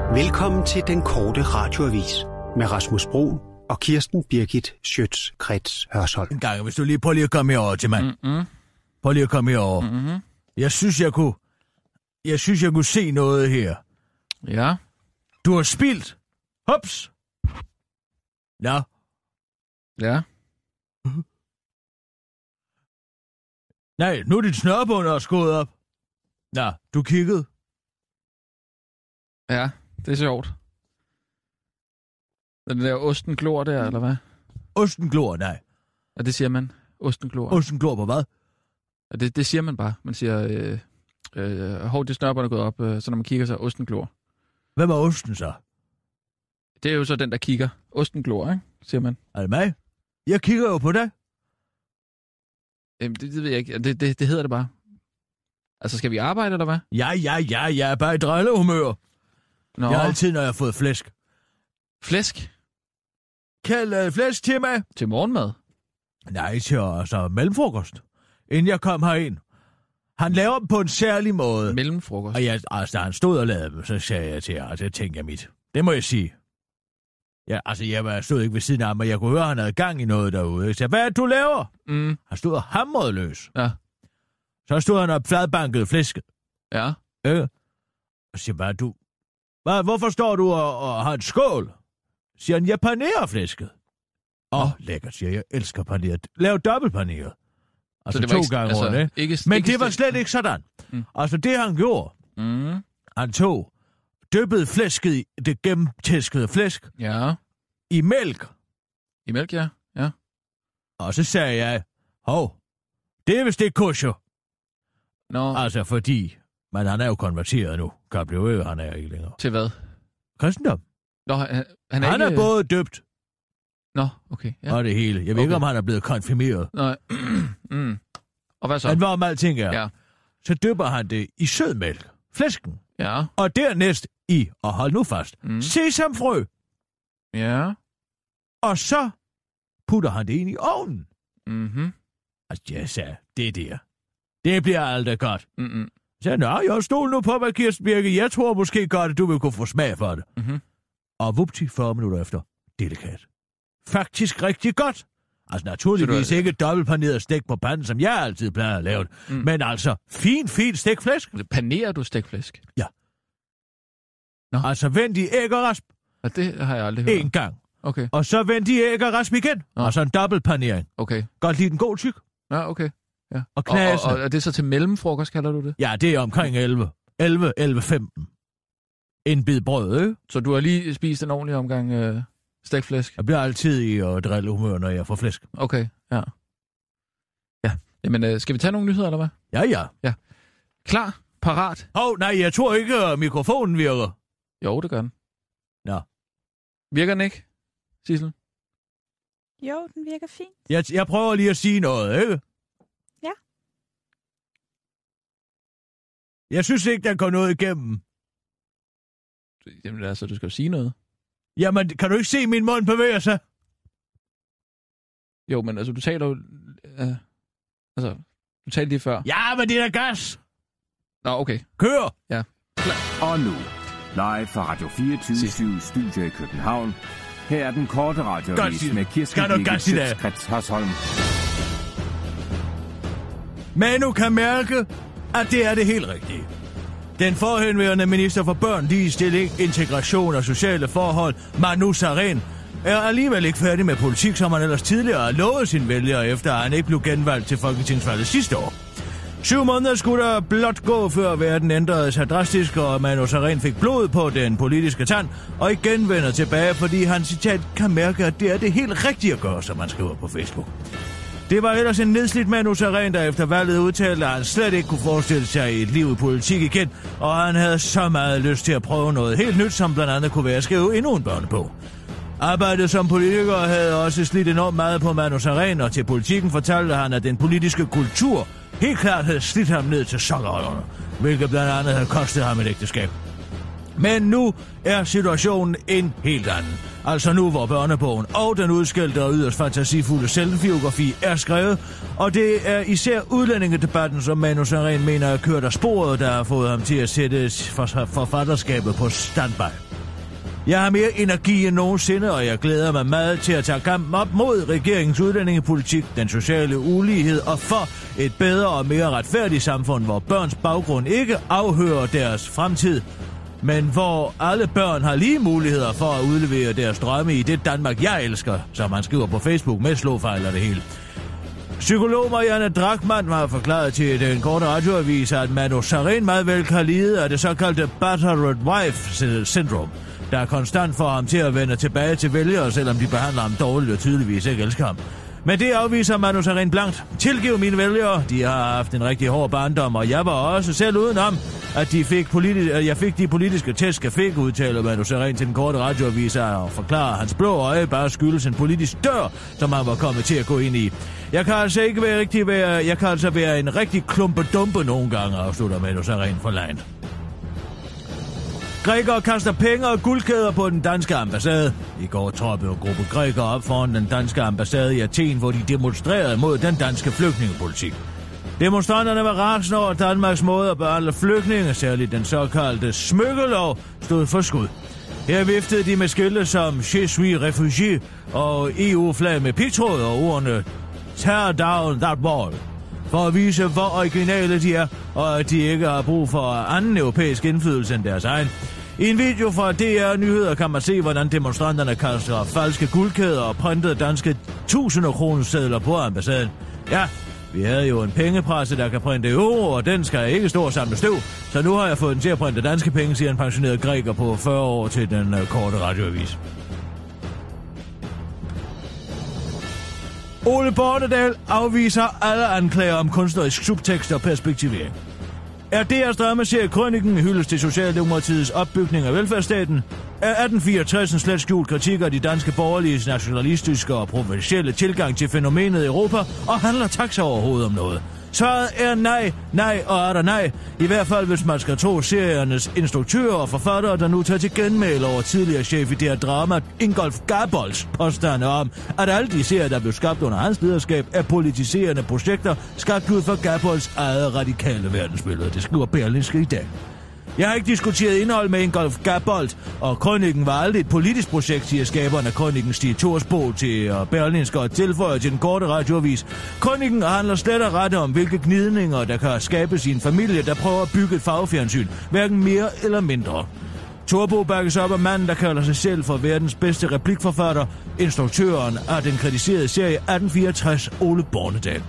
Velkommen til den korte radioavis med Rasmus Broen og Kirsten Birgit Schiøtz-Kretz Hørsholm. En gang, hvis du lige prøver lige at komme herover til mand. Prøv lige at komme herover. Mm-hmm. Jeg synes, jeg kunne se noget her. Ja. Du har spildt. Hops. Nå. Ja. Nej, nu er dit snørbånd også gået op. Nå, du kiggede. Ja, det er sjovt. Den der osten glor der, eller hvad? Osten glor, nej. Ja, det siger man. Osten glor. Osten glor på hvad? Ja, det siger man bare. Man siger, hov, det snørbånd er gået op, så når man kigger, så er osten glor. Hvem er osten så? Det er jo så den, der kigger. Osten glor, ikke? Siger man. Er det mig? Jeg kigger jo på dig. Jamen, det ved jeg ikke. Det hedder det bare. Altså, skal vi arbejde, eller hvad? Ja, jeg er bare i drillehumør. Nå. Jeg har altid, når jeg har fået flæsk. Flæsk? Kald flæsk til mig. Til morgenmad? Nej, til altså mellemfrokost. Inden jeg kom herind. Han laver dem på en særlig måde. Mellemfrokost? Og han stod og lavede dem, så sagde jeg til jer, det tænker jeg mit. Det må jeg sige. Ja, altså, jeg stod ikke ved siden af ham, og jeg kunne høre, at han havde gang i noget derude. Jeg sagde, hvad er det, du laver? Han stod og hamrede løs. Ja. Så stod han og fladbankede flæsket. Ja. Og siger, hvorfor står du og har en skål? Siger han, jeg panerer flæsket. Lækkert, siger jeg. Elsker paneret. Lav dobbeltpaneret. Altså det 2 gange rundt, ikke? Men det var slet ikke sådan. Altså det han gjorde, han dyppede flæsket i det gennemtæskede flæsk i mælk. I mælk, ja. Og så sagde jeg, det er vist ikke kosher. Nå. Altså fordi, men han er jo konverteret nu. Kan blive øve, han er ikke længere. Til hvad? Kristendom. Nå, han er både døbt. Nå, okay. Ja. Og det hele. Jeg ved ikke, om han er blevet konfirmeret. Nej. Og hvad så? Men hvorom alting er, ja. Så dypper han det i sødmælk. Flæsken. Ja. Og dernæst i, og hold nu fast, sesamfrø. Ja. Og så putter han det ind i ovnen. Mhm. Altså, jeg sagde, det der. Det bliver aldrig godt. Mhm. Så jeg jeg stod nu på mig, Kirsten Birke. Jeg tror måske godt, at du vil kunne få smag for det. Mhm. Og vupti, 40 minutter efter, delikat. Faktisk rigtig godt. Altså naturligvis ikke dobbeltpaneret stik på panden, som jeg altid plejer at lave det. Men altså, fint stikflæsk. Panerer du stikflæsk? Ja. Nå. Altså vend i æg og rasp. Og det har jeg aldrig hørt. En gang. Okay. Og så vend i æg og rasp igen. Nå. Og så en dobbeltpanering. Okay. Godt lide den god tyk. Ja, okay. Ja. Og knasende. Og er det så til mellemfrokost, kalder du det? Ja, det er omkring 11:15. En bid brød, ikke? Så du har lige spist en ordentlig omgang stikflæsk? Jeg bliver altid i drillehumør, når jeg får flæsk. Okay, ja. Ja, jamen skal vi tage nogle nyheder, eller hvad? Ja. Klar? Parat? Nej, jeg tror ikke, at mikrofonen virker. Jo, det gør den. Nå. Virker den ikke, Sissel? Jo, den virker fint. Jeg prøver lige at sige noget, ikke? Ja. Jeg synes ikke, der går noget igennem. Jamen altså, du skal jo sige noget. Jamen, kan du ikke se, min mund bevæger sig? Jo, men altså, du taler jo... du talte lige før. Ja, men det er da gas! Nå, okay. Kør! Ja. Og nu, live fra Radio 24 Studio i København. Her er den korte radioavis med Kirsten Birgit Schiøtz-Kretz Hørsholm. Manu kan mærke, at det er det helt rigtige. Den forhenværende minister for børn, ligestilling, integration og sociale forhold, Manu Sareen, er alligevel ikke færdig med politik, som han ellers tidligere har lovet sine vælgere, efter at han ikke blev genvalgt til folketingsvalget sidste år. 7 måneder skulle der blot gå, før verden ændrede sig drastisk, og Manu Sareen fik blod på den politiske tand, og igen vender tilbage, fordi han citat kan mærke, at det er det helt rigtige at gøre, som han skriver på Facebook. Det var ellers en nedslidt Manu Sareen, der efter valget udtalte, at han slet ikke kunne forestille sig et liv i politik igen, og han havde så meget lyst til at prøve noget helt nyt, som blandt andet kunne være at skrive endnu en børnebog. Arbejdet som politiker havde også slidt enormt meget på Manu Sareen, og til politikken fortalte han, at den politiske kultur helt klart havde slidt ham ned til sokkerholderne, hvilket blandt andet havde kostet ham et ægteskab. Men nu er situationen en helt anden. Altså nu, hvor børnebogen og den udskældte og yderst fantasifulde selvbiografi er skrevet, og det er især udlændingedebatten, som Manu Sareen mener er kørt af sporet, der har fået ham til at sætte forfatterskabet på standby. Jeg har mere energi end nogensinde, og jeg glæder mig meget til at tage kampen op mod regeringens udlændingepolitik, den sociale ulighed og for et bedre og mere retfærdigt samfund, hvor børns baggrund ikke afhører deres fremtid, men hvor alle børn har lige muligheder for at udlevere deres drømme i det Danmark, jeg elsker, som han skriver på Facebook med slåfejl og det hele. Psykolog Marianne Drachmann har forklaret til den korte radioavis, at Manu Sareen meget vel kan lide af det såkaldte battered wife syndrom, der er konstant for ham til at vende tilbage til vælgere, selvom de behandler ham dårligt og tydeligvis ikke elsker ham. Men det afviser Manu Sareen blankt. Tilgiv mine vælgere, de har haft en rigtig hård barndom, og jeg var også selv udenom, at jeg fik de politiske tæsk, jeg fik, udtaler Manu Sareen til den korte radioavis og forklarer, at hans blå øje bare skyldes en politisk dør, som han var kommet til at gå ind i. Jeg kan altså være en rigtig klumpedumpe nogle gange, afslutter Manu Sareen forlegent. Grækere kaster penge og guldkæder på den danske ambassade. I går troppede en gruppe grækere op foran den danske ambassade i Athen, hvor de demonstrerede mod den danske flygtningepolitik. Demonstranterne var rasende over Danmarks måde at behandle flygtninge, særligt den såkaldte smykkelov, stod for skud. Her viftede de med skilte som Je suis réfugié og EU-flag med pigtråd og ordene Tear down that wall, for at vise, hvor originale de er, og at de ikke har brug for anden europæisk indflydelse end deres egen. I en video fra DR Nyheder kan man se, hvordan demonstranterne kaster falske guldkæder og printede danske 1000 kronesedler på ambassaden. Ja, vi havde jo en pengepresse, der kan printe euro, og den skal ikke stå og samle støv, så nu har jeg fået den til at printe danske penge, siger en pensioneret græker på 40 år til den korte radioavis. Ole Bornedal afviser alle anklager om kunstnerisk subtekst og perspektivering. Er DR's dramaserie Krøniken hyldes til Socialdemokratiets opbygning af velfærdsstaten? Er 1864 en slet skjult kritik af de danske borgerlige nationalistiske og provincielle tilgang til fænomenet Europa, og handler taxa overhovedet om noget? Svaret er nej, nej og er der nej. I hvert fald, hvis man skal tro seriernes instruktører og forfattere, der nu tager til genmæle over tidligere chef i det her drama, Ingolf Gabolds påstande om, at alle de serier, der blev skabt under hans lederskab, er politiserende projekter, skabt ud fra Gabolds eget radikale verdensbillede. Det skriver Berlingske i dag. Jeg har ikke diskuteret indhold med Ingolf Gabold, og Krøniken var aldrig et politisk projekt, siger skaberen af Krøniken Stig Thorsbo til Berlingske og tilføjer til den korte radioavis. Krøniken handler slet og ret om, hvilke gnidninger, der kan skabes i en familie, der prøver at bygge et fagfjernsyn, hverken mere eller mindre. Thorbo bakkes op af manden, der kalder sig selv for verdens bedste replikforfatter, instruktøren af den kritiserede serie 1864, Ole Bornedal.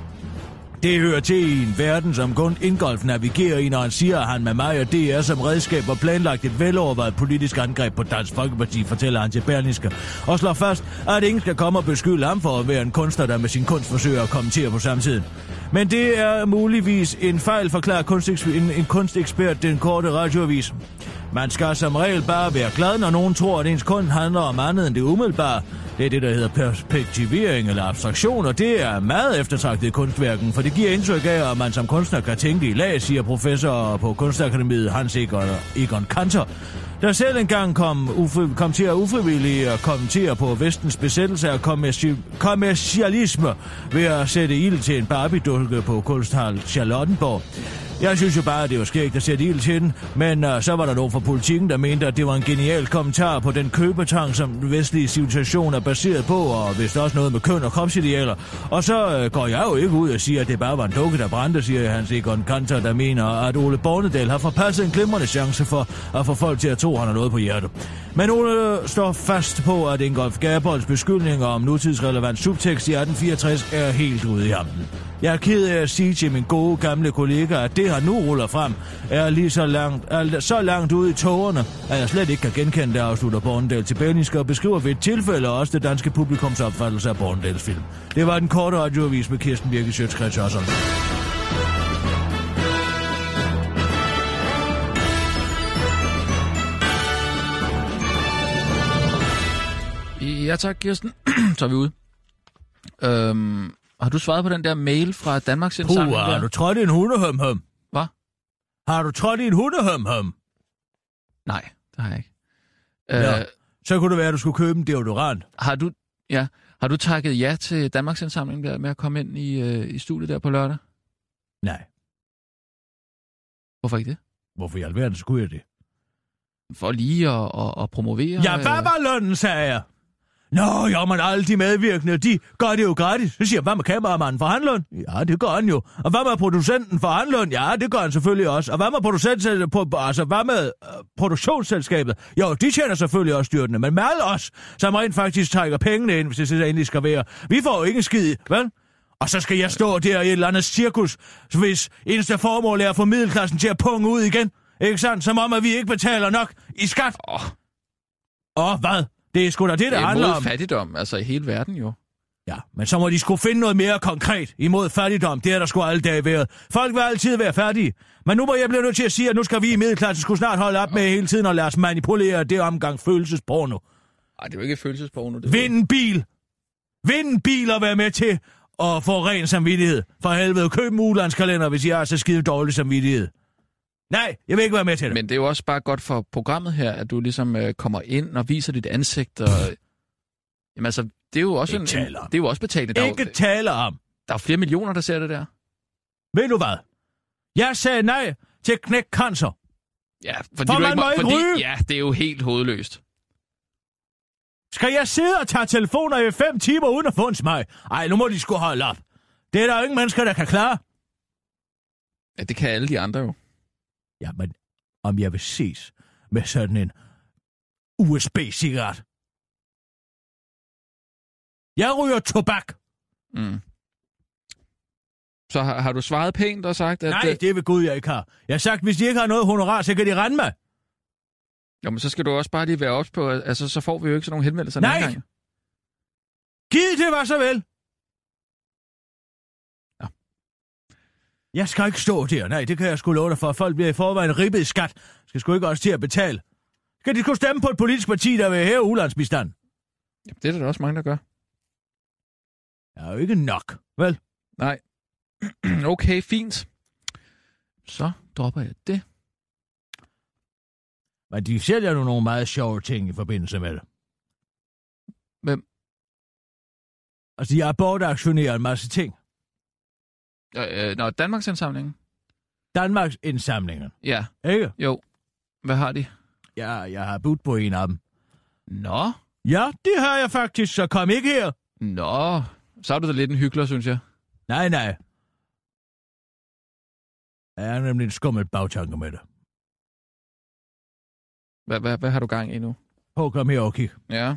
Det hører til i en verden, som kun Ingolf navigerer i, når han siger, at han med mig og DR som redskab har planlagt et velovervejet politisk angreb på Dansk Folkeparti, fortæller han til Berlingske, og slår fast, at ingen skal komme og beskylde ham for at være en kunstner, der med sin kunst forsøger at kommentere på samtiden. Men det er muligvis en fejl, forklarer en kunstekspert den korte radioavis. Man skal som regel bare være glad, når nogen tror, at ens kunst handler om andet end det umiddelbare. Det er det, der hedder perspektivering eller abstraktion, og det er meget eftertragtet i kunstværken, for det giver indtryk af, at man som kunstner kan tænke i lag, siger professor på Kunstakademiet Hans Egon Kanter, der selv engang kom til at ufrivilligt og kommentere på vestens besættelse af kommercialisme ved at sætte ild til en Barbie-dukke på Kunsthal Charlottenborg. Jeg synes jo bare, at det var skægt at sætte ild til den, men så var der nogen fra politikken, der mente, at det var en genial kommentar på den købetang, som den vestlige civilisation er baseret på, og vist også noget med køn og kropsidealer. Og så går jeg jo ikke ud og siger, at det bare var en dukke, der brændte, siger Hans Egon Kanter, der mener, at Ole Bornedal har forpasset en glimrende chance for at få folk til at tro, at han har noget på hjertet. Men Ole står fast på, at Ingolf Gabolds beskyldninger om nutidsrelevant subtekst i 1864 er helt ude i hampen. Jeg er ked af at sige til min gode gamle kollega, at det, han nu ruller frem, er lige så langt ude i tågerne, at jeg slet ikke kan genkende det, afslutter Bornedal til Berlingske og beskriver ved et tilfælde også det danske publikums opfattelse af Bornedals film. Det var den korte radioavis med Kirsten Birgit Schøtz-Krets Hørsholm. Ja tak, Kirsten. Så er vi ude. Har du svaret på den der mail fra Danmarks Indsamling? Har du trådt i en hundehøm-høm? Hvad? Har du trådt i en hundehøm-høm? Nej, det har jeg ikke. Ja, så kunne det være, at du skulle købe en deodorant. Har du takket ja til Danmarks Indsamling der med at komme ind i studiet der på lørdag? Nej. Hvorfor ikke det? Hvorfor i alverden skulle jeg det? For lige at promovere... Ja, hvad var lønnen, sagde jeg? Nå, jo, men alle de medvirkende, de gør det jo gratis. Så siger jeg, hvad med kameramanden for handløn? Ja, det gør han jo. Og hvad med producenten for handløn? Ja, det gør han selvfølgelig også. Og hvad med hvad med produktionsselskabet? Jo, de tjener selvfølgelig også styrtende. Men med alle os, som rent faktisk trækker pengene ind, hvis det endelig skal være. Vi får jo ikke en skid, vel? Og så skal jeg stå der i et eller andet cirkus, hvis eneste formål er at få middelklassen til at punge ud igen. Ikke sandt? Som om, at vi ikke betaler nok i skat. Hvad? Det er sgu da det, der handler om. Imod fattigdom, altså i hele verden jo. Ja, men så må de sgu finde noget mere konkret imod fattigdom. Det er der sgu alle dage været. Folk vil altid være fattige. Men nu må jeg blive nødt til at sige, at nu skal vi i middelklassen skulle snart holde op med hele tiden at lade os manipulere det omgang følelsesporno. Ej, det er jo ikke følelsesporno. Vind en bil og være med til at få ren samvittighed. For helvede, køb en ulandskalender, hvis I har så skide dårlig samvittighed. Nej, jeg vil ikke være med til det. Men det er jo også bare godt for programmet her, at du ligesom kommer ind og viser dit ansigt. Og... Jamen altså, det er jo også, det er jo også betalende. Ikke taler om. Der er flere millioner, der ser det der. Ved du hvad? Jeg sagde nej til knæk cancer. Ja, fordi for man må ikke ryge. Ja, det er jo helt hovedløst. Skal jeg sidde og tage telefoner i 5 timer uden at få en smag? Ej, nu må de sgu holde op. Det er der jo ingen mennesker, der kan klare. Ja, det kan alle de andre jo. Ja, men om jeg vil ses med sådan en USB-cigaret. Jeg ryger tobak. Mm. Så har du svaret pænt og sagt, at... Nej, det vil Gud, jeg ikke har. Jeg har sagt, hvis de ikke har noget honorar, så kan de rende mig. Jo, men så skal du også bare lige være ops på, altså så får vi jo ikke sådan nogle henvendelser. Nej! Giv det, var så vel. Ja. Jeg skal ikke stå der. Nej, det kan jeg sgu love dig for. Folk bliver i forvejen ribbet i skat. Skal sgu ikke også til at betale. Skal de sgu stemme på et politisk parti, der vil hæve ulandsbistand? Ja, det er der også mange, der gør. Jeg er jo ikke nok, vel? Nej. Okay, fint. Så dropper jeg det. Men de sælger jo nogle meget sjove ting i forbindelse med det. Hvem? Altså, de har bortaktioneret en masse ting. Danmarksindsamlingen? Danmarksindsamlingen. Ja. Ikke? Jo. Hvad har de? Ja, jeg har budt på en af dem. Nå? Ja, det har jeg faktisk, så kom ikke her. Nå, så er du da lidt en hyggelig, synes jeg. Nej. Jeg er nemlig en skummelt bagtanke med det. Hvad har du gang i nu? Kom her og kig. Ja.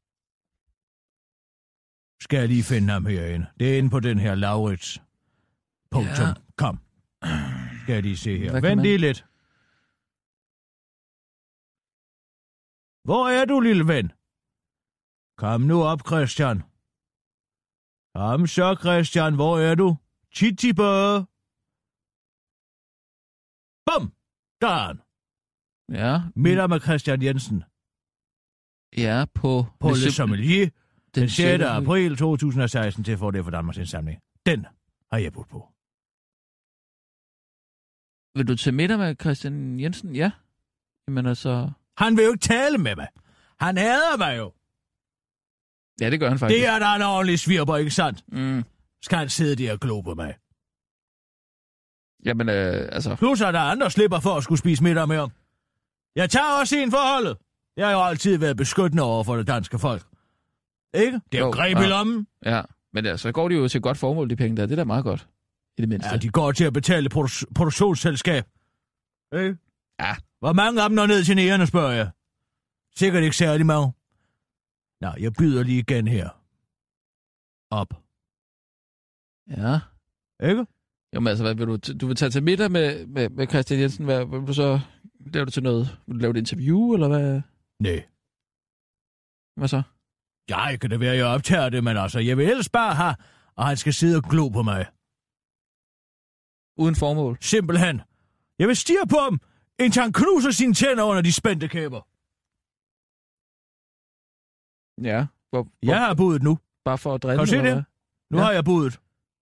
Skal jeg lige finde ham herinde. Det er inde på den her Laurits. Ja. Kom. Skal jeg lige se her. Vent lige lidt. Hvor er du, lille ven? Kom nu op, Christian. Kom så, Christian. Hvor er du? Chichibø. Bum! Der er han. Ja. Middag med Christian Jensen. Ja, på Le Sommelier. Den 6. april 2016 til at få det for Danmarks Indsamling. Den har jeg budt på. Vil du til middag med Christian Jensen? Ja. Jamen altså... Han vil jo ikke tale med mig. Han hader mig jo. Ja, det gør han faktisk. Det er der en ordentlig svirper, ikke sandt? Mm. Skal han sidde der og glo på mig? Jamen, altså... Plus er der andre slipper for at skulle spise middag med ham. Jeg tager også en forholdet. Jeg har jo altid været beskyttende over for det danske folk. Ikke? Det er jo greb i lommen. Ja, men så går de jo til godt formål, de penge der. Det er da meget godt. I det mindste. Ja, de går til at betale produktionsselskab. Ikke? Ja. Hvor mange af dem når ned til nærerne, spørger jeg. Sikkert ikke særlig mange. Nå, jeg byder lige igen her. Op. Ja. Ikke? Jo, men altså, hvad vil du vil tage til middag med Christian Jensen? Hvad vil du så lave til noget? Vil du lave et interview, eller hvad? Nej. Hvad så? Ja, kan det være, jeg optager det, men altså, jeg vil ellers bare have, og han skal sidde og glo på mig. Uden formål? Simpelthen. Jeg vil stirre på ham, indtil han knuser sine tænder under de spændte kæber. Ja. Jeg har budet nu. Bare for at drille? Kan du se det? Nu har jeg budet.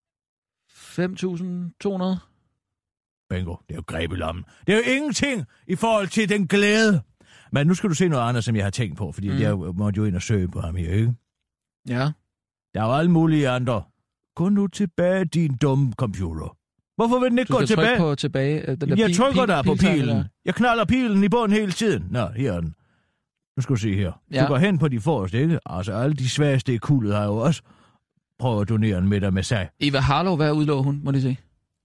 5.200? Bingo. Det er jo greb i lommen. Det er jo ingenting i forhold til den glæde. Men nu skal du se noget andet, som jeg har tænkt på, fordi jeg måtte jo ind og søge på ham her, ikke? Ja. Der er jo alle mulige andre. Gå nu tilbage, din dumme computer. Hvorfor vil den ikke gå tilbage? På tilbage. Den der jeg trykker der på pilen. Der. Jeg knalder pilen i bunden hele tiden. Nå, her er den. Nu skal du se her. Ja. Du går hen på de forreste, ikke? Altså, alle de svageste i kuldet har jo også prøvet at donere en middag med sig. Eva Harlow, hvad udlå hun? Må de se.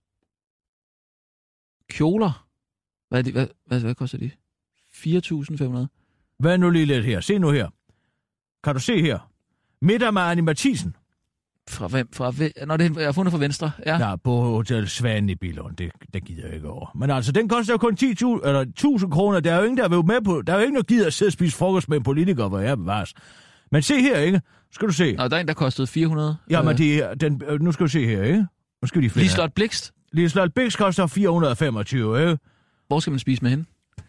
Kjoler? Hvad koster de? 4.500. Hvad nu lige lidt her? Se nu her. Kan du se her? Middag med Annie Mathisen. Fra hvem? Nå, det er fundet fra venstre. Ja. Ja, på Hotel Svanen i Billund. Det gider jeg ikke over. Men altså, den koster jo kun 1.000 kroner. Der er jo ingen, der vil med på. Der er jo ingen, der gider at sidde og spise frokost med en politiker, hvor jeg bevares. Men se her, ikke? Skal du se. Nå, der er en, der kostede 400. Ja, men nu skal du se her, ikke? Nu skal de finde. Liselott Blixt? Liselott Blixt koster 425, ikke? Hvor skal man spise med hende?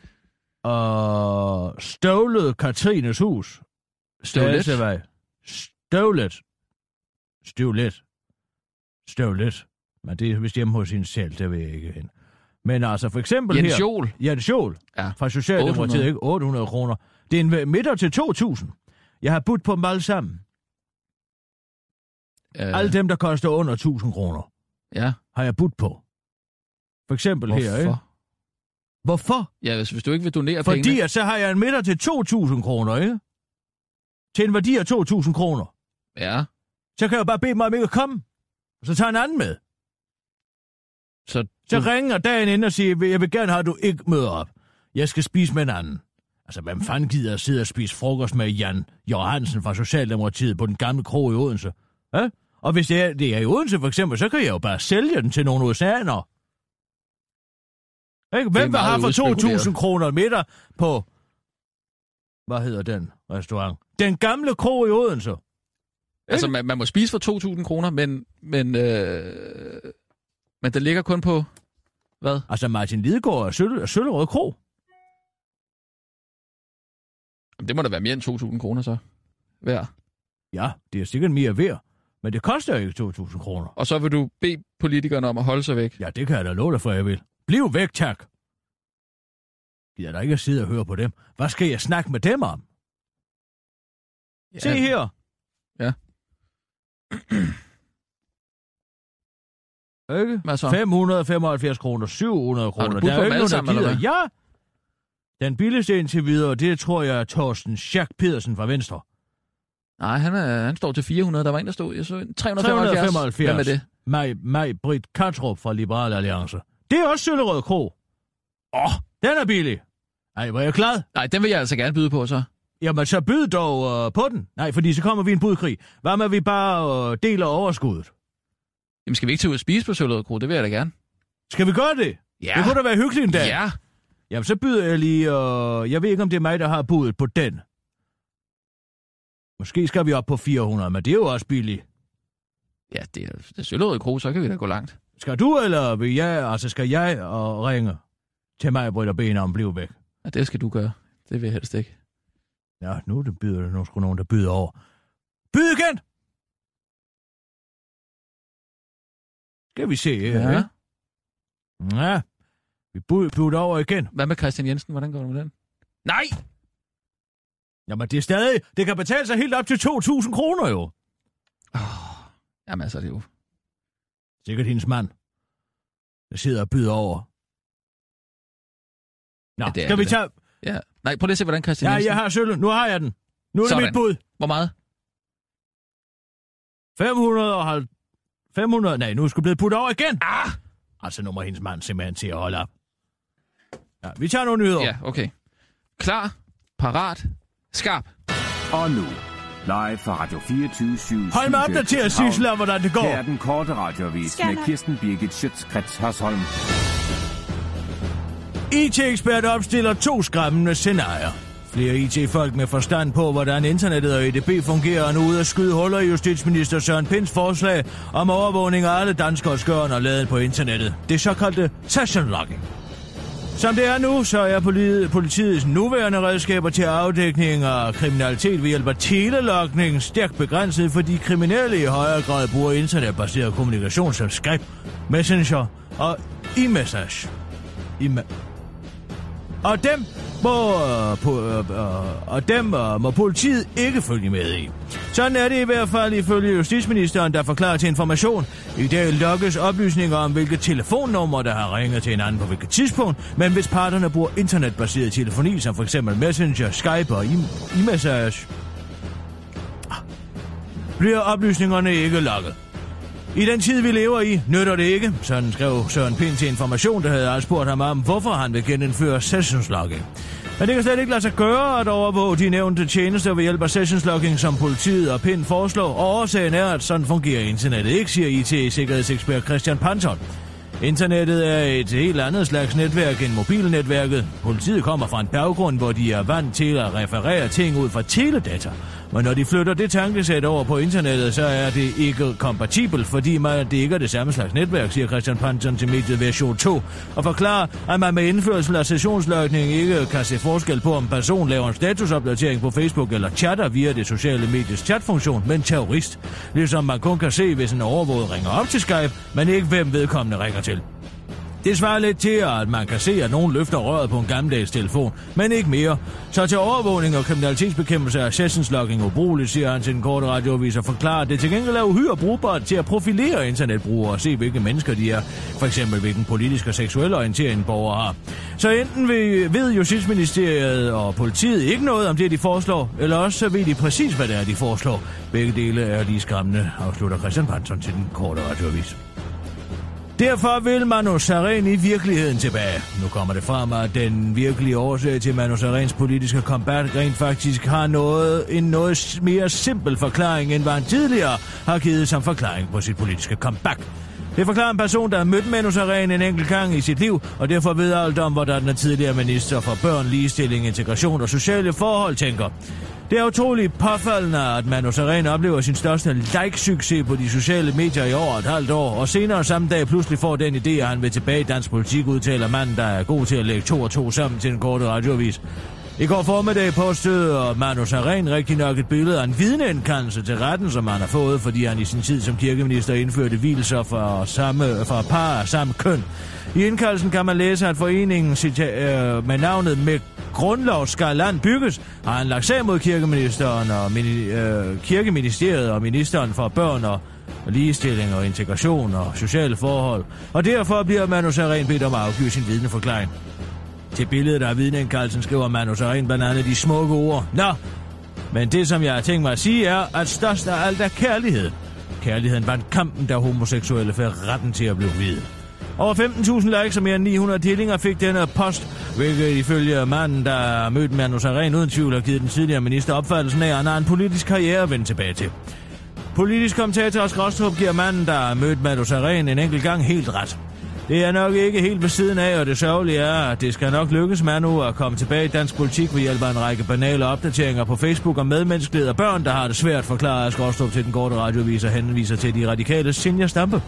Støvlet Katrines hus. Støvlet? Støvlet. Men det er vist hjemme hos hende selv, det ved jeg ikke hen. Men altså for eksempel Jens Joel. Jens Joel. Ja. Fra Socialdemokratiet, ikke? 800 kroner. Det er en middag til 2.000. Jeg har budt på dem alle sammen. Alle dem, der koster under 1.000 kroner. Ja. Har jeg budt på. For eksempel her, ikke? Hvorfor? Ja, hvis du ikke vil donere penge. Fordi at så har jeg en middag til 2.000 kroner, ikke? Til en værdi af 2.000 kroner. Ja. Så kan jeg bare bede mig om ikke at komme. Og så tager en anden med. Så ringer dagen ind og siger, jeg vil gerne have, at du ikke møder op. Jeg skal spise med en anden. Altså, hvem fanden gider at sidde og spise frokost med Jan Johansen fra Socialdemokratiet på den gamle krog i Odense? Ja? Og hvis det er i Odense for eksempel, så kan jeg jo bare sælge den til nogle oceaner. Ikke? Hvem vil have for 2.000 kroner middag på, hvad hedder den restaurant? Den gamle krog i Odense. Altså, man må spise for 2.000 kroner, men der ligger kun på, hvad? Altså, Martin Lidegaard og Søllerød Krog. Det må da være mere end 2.000 kroner så, værd. Ja, det er sikkert mere værd, men det koster jo ikke 2.000 kroner. Og så vil du bede politikerne om at holde sig væk? Ja, det kan jeg da love dig for, jeg vil. Bliv væk, tak. Gider da ikke at sidde og høre på dem. Hvad skal jeg snakke med dem om? Ja. Se her. Ja. Ikke? Hvad så? 575 kroner, 700 kroner. Der er jo ikke nogen, der gider. Ja! Den billigste indtil videre, det tror jeg er Torsten Schack Pedersen fra Venstre. Nej, han står til 400. Der var en, der stod 375. Hvem er det? Maj-Britt Kattrup fra Liberal Alliance. Det er også Søllerød Krog. Den er billig. Ej, var jeg glad? Nej, den vil jeg altså gerne byde på, så. Jamen, så byd dog på den. Nej, fordi så kommer vi i en budkrig. Hvad med, vi bare deler overskuddet? Jamen, skal vi ikke tage ud og spise på Søllerød Krog? Det vil jeg da gerne. Skal vi gøre det? Ja. Det kunne da være hyggeligt en dag. Ja. Jamen, så byder jeg lige, jeg ved ikke, om det er mig, der har budet på den. Måske skal vi op på 400, men det er jo også billigt. Ja, det er Søllerød Krog, så kan vi da gå langt. Skal du, eller vil jeg, altså skal jeg ringe til mig, Britt og Bene om at blive væk? Ja, det skal du gøre. Det vil jeg helst ikke. Ja, nu er der sgu nogen, der byder over. Byd igen! Skal vi se, ja. Ja, vi byder over igen. Hvad med Christian Jensen? Hvordan går det med den? Nej! Jamen, det er stadig... Det kan betale sig helt op til 2.000 kroner, jo. Jamen, altså, det er jo... Sikkert hendes mand, der sidder og byder over. Nå, ja, skal vi tage... Ja. Nej, prøv lige at se, hvordan Christian Jensen... Ja, jeg har sølv. Nu har jeg den. Nu er det mit bud. Hvor meget? 500... Nej, nu er det blevet puttet over igen. Altså, nu må hendes mand simpelthen til at holde op. Ja, vi tager nogle nyheder. Ja, okay. Klar, parat, skarp. Og nu, live fra Radio 24/7. Hold mig opdateret, Sissel, hvordan det går. Her er den korte radioavis med Kirsten Birgit Schøtz-Krets Hørsholm. IT-ekspert opstiller 2 skræmmende scenarier. Flere IT-folk med forstand på, hvordan internettet og EDB fungerer, er nu ude at skyde huller i justitsminister Søren Pinds forslag om overvågning af alle danskeres gøren og laden på internettet. Det såkaldte session logging. Som det er nu, så er politiets nuværende redskaber til afdækning af kriminalitet ved hjælp af telelogning stærkt begrænset, fordi kriminelle i højere grad bruger internetbaseret kommunikation som Skype, Messenger og e-message. Og dem og dem må politiet ikke følge med i. Sådan er det i hvert fald ifølge justitsministeren, der forklarer til Information. I dag logges oplysninger om, hvilke telefonnumre, der har ringet til hinanden på hvilket tidspunkt, men hvis parterne bruger internetbaseret telefoni, som f.eks. Messenger, Skype og e-message, bliver oplysningerne ikke logget. I den tid, vi lever i, nytter det ikke, sådan skrev Søren Pind til Information, der havde spurgt ham om, hvorfor han vil genindføre sessionslogging. Men det kan slet ikke lade sig gøre at overvåge de nævnte tjenester ved hjælp af sessionslogging, som politiet og Pind foreslår, og årsagen er, at sådan fungerer internettet ikke, siger IT-sikkerhedsekspert Christian Panton. Internettet er et helt andet slags netværk end mobilnetværket. Politiet kommer fra en baggrund, hvor de er vant til at referere ting ud fra teledata. Men når de flytter det tankesæt over på internettet, så er det ikke kompatibelt, fordi det ikke er det samme slags netværk, siger Christian Panton til mediet Version 2, og forklarer, at man med indførsel af sessionslogning ikke kan se forskel på, om en person laver en statusopdatering på Facebook eller chatter via det sociale medies chatfunktion med en terrorist. Ligesom man kun kan se, hvis en overvåget ringer op til Skype, men ikke hvem vedkommende ringer til. Det svarer lidt til, at man kan se, at nogen løfter røret på en gammeldags telefon, men ikke mere. Så til overvågning og kriminalitetsbekæmpelse er sessionslogging ubrugeligt, siger han til den korte radioavis og forklarer, at det til gengæld er uhyre brugbart til at profilere internetbrugere og se, hvilke mennesker de er. For eksempel, hvilken politisk og seksuel orientering borgere har. Så enten ved Justitsministeriet og politiet ikke noget om det, de foreslår, eller også så ved de præcis, hvad det er, de foreslår. Begge dele er lige skræmmende, afslutter Christian Panton til den korte radioavis. Derfor vil Manu Sareen i virkeligheden tilbage. Nu kommer det frem, at den virkelige årsag til Manu Sareens politiske comeback rent faktisk har en noget mere simpel forklaring, end hvad han tidligere har givet som forklaring på sit politiske comeback. Det forklarer en person, der har mødt Manu Sareen en enkelt gang i sit liv, og derfor ved alt om, hvordan den tidligere minister for børn, ligestilling, integration og sociale forhold tænker. Det er utroligt påfaldende, at Manu Sareen oplever sin største like-succes på de sociale medier i over et halvt år, og senere samme dag pludselig får den idé, at han vil tilbage i dansk politik, udtaler manden, der er god til at lægge 2 og 2 sammen til en korte radioavis. I går formiddag postede Manu Sareen rigtig nok et billede af en vidneindkaldelse til retten, som han har fået, fordi han i sin tid som kirkeminister indførte hvilelser for par af samme køn. I indkaldelsen kan man læse, at foreningen med navnet Med Grundlov skal land bygges, har han lagt sag mod kirkeministeren og kirkeministeriet og ministeren for børn og ligestilling og integration og sociale forhold, og derfor bliver Manu Sareen bedt om at afgive sin vidneforklaring. Til billedet af vidneindkaldelsen skriver Manu Sareen blandt andet de smukke ord. Nå, men det som jeg har tænkt mig at sige er, at størst af alt er kærlighed. Kærligheden vandt kampen, da homoseksuelle fik retten til at blive hvide. Over 15.000 likes og mere end 900 delinger fik denne post, hvilket ifølge manden, der mødte Manu Sareen uden tvivl har givet den tidligere minister opfattelsen af, at han har en politisk karriere at vende tilbage til. Politisk kommentator Oscar Rostrup giver manden, der mødte Manu Sareen en enkelt gang, helt ret. Det er nok ikke helt ved siden af, og det sørgelige er, at det skal nok lykkes Manu at komme tilbage i dansk politik ved hjælp af en række banale opdateringer på Facebook om medmenneskelighed og børn, der har det svært, forklarer Asger Rostrup til den korte radioavis og henviser til de radikale Zenia Stampe.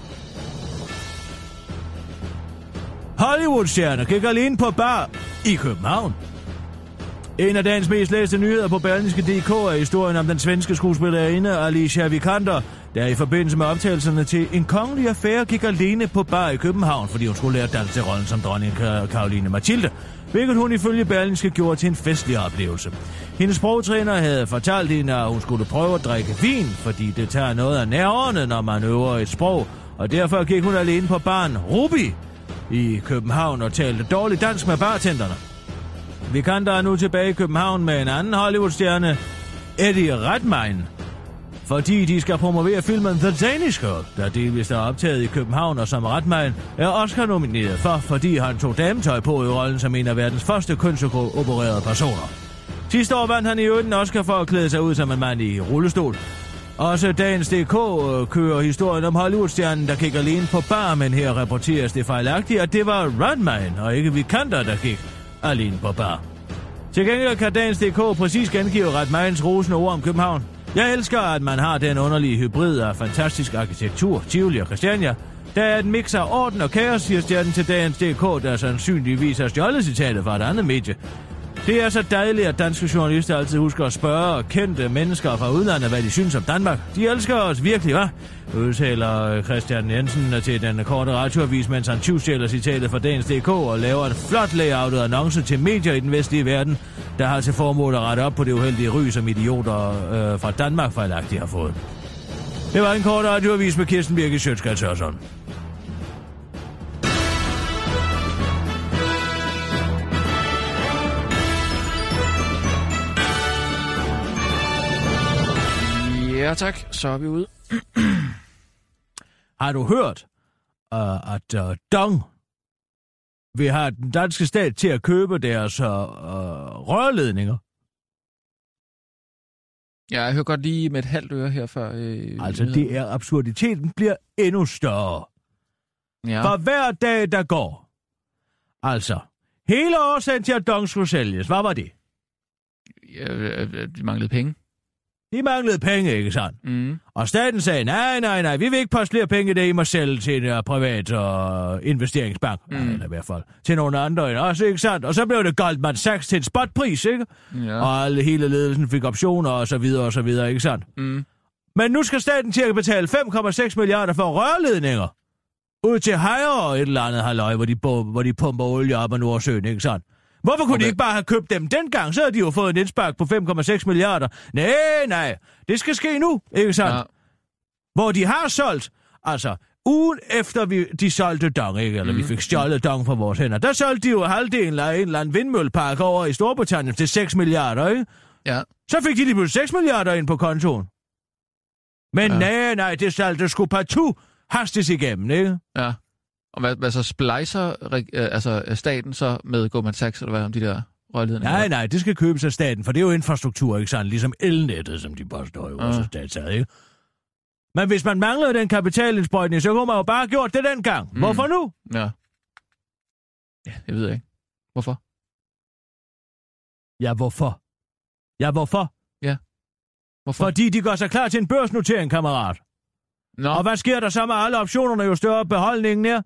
Hollywood-stjerner gik alene på bar i København. En af dagens mest læste nyheder på Berlingske.dk er historien om den svenske skuespillerinde Alicia Vikander, der i forbindelse med optagelserne til En kongelig affære gik alene på bar i København, fordi hun skulle lære at danse til rollen som dronning Caroline Mathilde, hvilket hun ifølge Berlingske gjorde til en festlig oplevelse. Hendes sprogtræner havde fortalt hende, at hun skulle prøve at drikke vin, fordi det tager noget af nerverne, når man øver et sprog, og derfor gik hun alene på baren Ruby i København og talte dårligt dansk med bartenderne. Vikander er nu tilbage i København med en anden Hollywood-stjerne, Eddie Redmayne, fordi de skal promovere filmen The Danish Girl, der delvist er optaget i København, og som Redmayne er Oscar-nomineret for, fordi han tog dametøj på i rollen som en af verdens første kønsopererede personer. Sidste år vandt han i øvrigt en Oscar for at klæde sig ud som en mand i rullestol. Også Dagens.dk kører historien om Hollywood-stjernen, der gik alene på bar, men her rapporteres det fejlagtigt, at det var Redmayne og ikke Vikander, der gik alene på bar. Til gengæld kan Dagens.dk præcis gengive Redmaynes rosende ord om København. Jeg elsker, at man har den underlige hybrid af fantastisk arkitektur, Tivoli og Christiania. Der er et mix af orden og kaos, siger stjernen til Dagens.dk, der sandsynligvis har stjålet citatet fra et andet medie. Det er så dejligt, at danske journalister altid husker at spørge kendte mennesker fra udlandet, hvad de synes om Danmark. De elsker os virkelig, hva'? Udtaler Christian Jensen til den korte radioavis, mens han tyvstjæler citatet fra Dagens.dk og laver en flot layoutet annonce til medier i den vestlige verden, der har til formål at rette op på det uheldige ry, som idioter fra Danmark fejlagtigt har fået. Det var en kort radioavis med Kirsten Birgit Schøtz-Krets Hørsholm. Ja tak, så er vi ude. Har du hørt, at Dong vil have den danske stat til at købe deres rørledninger? Ja, jeg hører godt lige med et halvt øre her før. Altså, det er absurditeten bliver endnu større. Ja. For hver dag, der går. Altså, hele årsagen til, at Dong skulle sælges, hvad var det? Ja, de manglede penge. De manglede penge, ikke sandt? Mm. Og staten sagde, nej, vi vil ikke poste flere penge, det I må sælge til en privat investeringsbank. Eller i hvert fald til nogle andre. Også, ikke sandt? Og så blev det Goldman Sachs til en spotpris, ikke? Ja. Og hele ledelsen fik optioner og så videre, ikke sandt? Mm. Men nu skal staten til at betale 5,6 milliarder for rørledninger. Ud til Hejre og et eller andet halløj, hvor de pumper olie op af Nordsøen, ikke sandt? Hvorfor kunne de ikke bare have købt dem dengang? Så havde de jo fået en indspark på 5,6 milliarder. Nej, det skal ske nu, ikke sandt? Ja. Hvor de har solgt, altså ugen efter de solgte Dong, ikke? Eller vi fik stjålet Dong fra vores hænder, der solgte de jo halvdelen af en eller anden vindmøllepark over i Storbritannien til 6 milliarder, ikke? Ja. Så fik de pludselig 6 milliarder ind på kontoen. Men nej, det salgte skulle partout hastes igennem, ikke? Ja. Og hvad så splicer staten så med Goldman Sachs, eller hvad om de der rørledninger? Nej, det skal købes af staten, for det er jo infrastruktur, ikke sandt? Ligesom elnettet, som de påstår jo også statsad, ikke? Men hvis man manglede den kapitalindsprøjtning, så kunne man jo bare have gjort det dengang. Hvorfor nu? Ja, jeg ved ikke. Hvorfor? Ja, hvorfor? Ja, hvorfor? Fordi de gør sig klar til en børsnotering, kammerat. Nå. Og hvad sker der så med alle optionerne, jo større beholdningen er?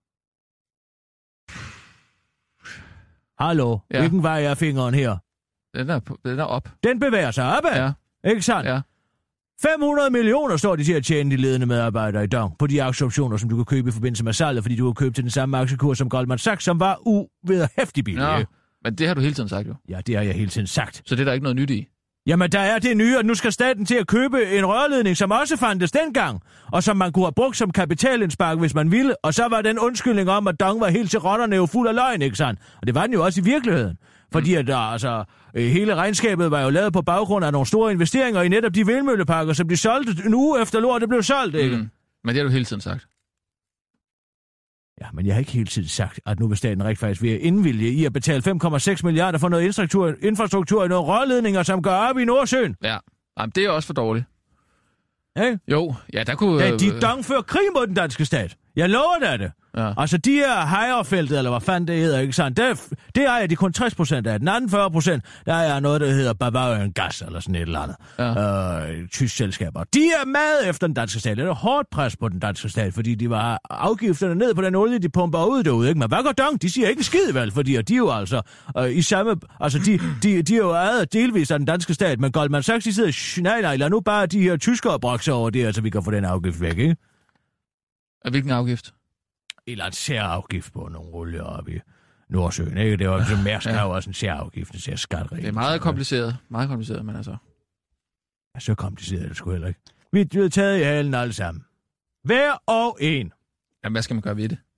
Hallo, hvilken vej er fingeren her? Den er op. Den bevæger sig opad, ja. Ikke sandt? Ja. 500 millioner står de til at tjene, de ledende medarbejdere i Dong, på de aktieoptioner, som du kan købe i forbindelse med salget, fordi du kan købe til den samme aktiekurs som Goldman Sachs, som var uvederhæftig billig. Ja, men det har du hele tiden sagt jo. Ja, det har jeg hele tiden sagt. Så det er der ikke noget nyt i? Jamen, der er det nye, at nu skal staten til at købe en rørledning, som også fandtes dengang, og som man kunne have brugt som kapitalindspark, hvis man ville, og så var den undskyldning om, at Dong var helt til rotterne jo fuld af løgn, ikke sandt? Og det var den jo også i virkeligheden. Fordi at hele regnskabet var jo lavet på baggrund af nogle store investeringer i netop de vindmølleparker, som de solgte en uge efter lortet blev solgt, ikke? Men det har du hele tiden sagt. Ja, men jeg har ikke hele tiden sagt, at nu vil staten rigtig faktisk ved at indvilge i at betale 5,6 milliarder for noget infrastruktur i nogle rørledninger, som går op i Nordsøen. Ja, jamen, det er også for dårligt. Ikke? Jo, ja, der kunne... Ja, de Dong fører krig mod den danske stat. Jeg lover dig det. Ja. Altså, de her Hejrefeltet, eller hvad fanden det hedder, ikke sandt? Det ejer de kun 60% af. Den anden 40%, der er noget, der hedder Bavarian Gas, eller sådan et eller andet. Ja. Tysk selskaber. De er med efter den danske stat. Det er hårdt pres på den danske stat, fordi de var afgifterne ned på den olie, de pumper ud derude, ikke? Men hvad gør Dong? De siger ikke en skid, vel? Fordi de er jo altså i samme... Altså, de er jo ejet delvis af den danske stat, men Goldman Sachs, de sidder... Nej, lad nu bare de her tyskere brokse over det, så vi kan få den afgift væk, ikke? Hvilken afgift? Eller en særafgift på nogle olie op i Nordsøen, ikke? Det var jo Mærsk har jo også en særafgift, en særskatregel. Det er meget kompliceret. Meget kompliceret, men altså... Ja, så kompliceret er det sgu heller ikke. Vi er taget i halen alle sammen. Hver og en. Jamen, hvad skal man gøre ved det?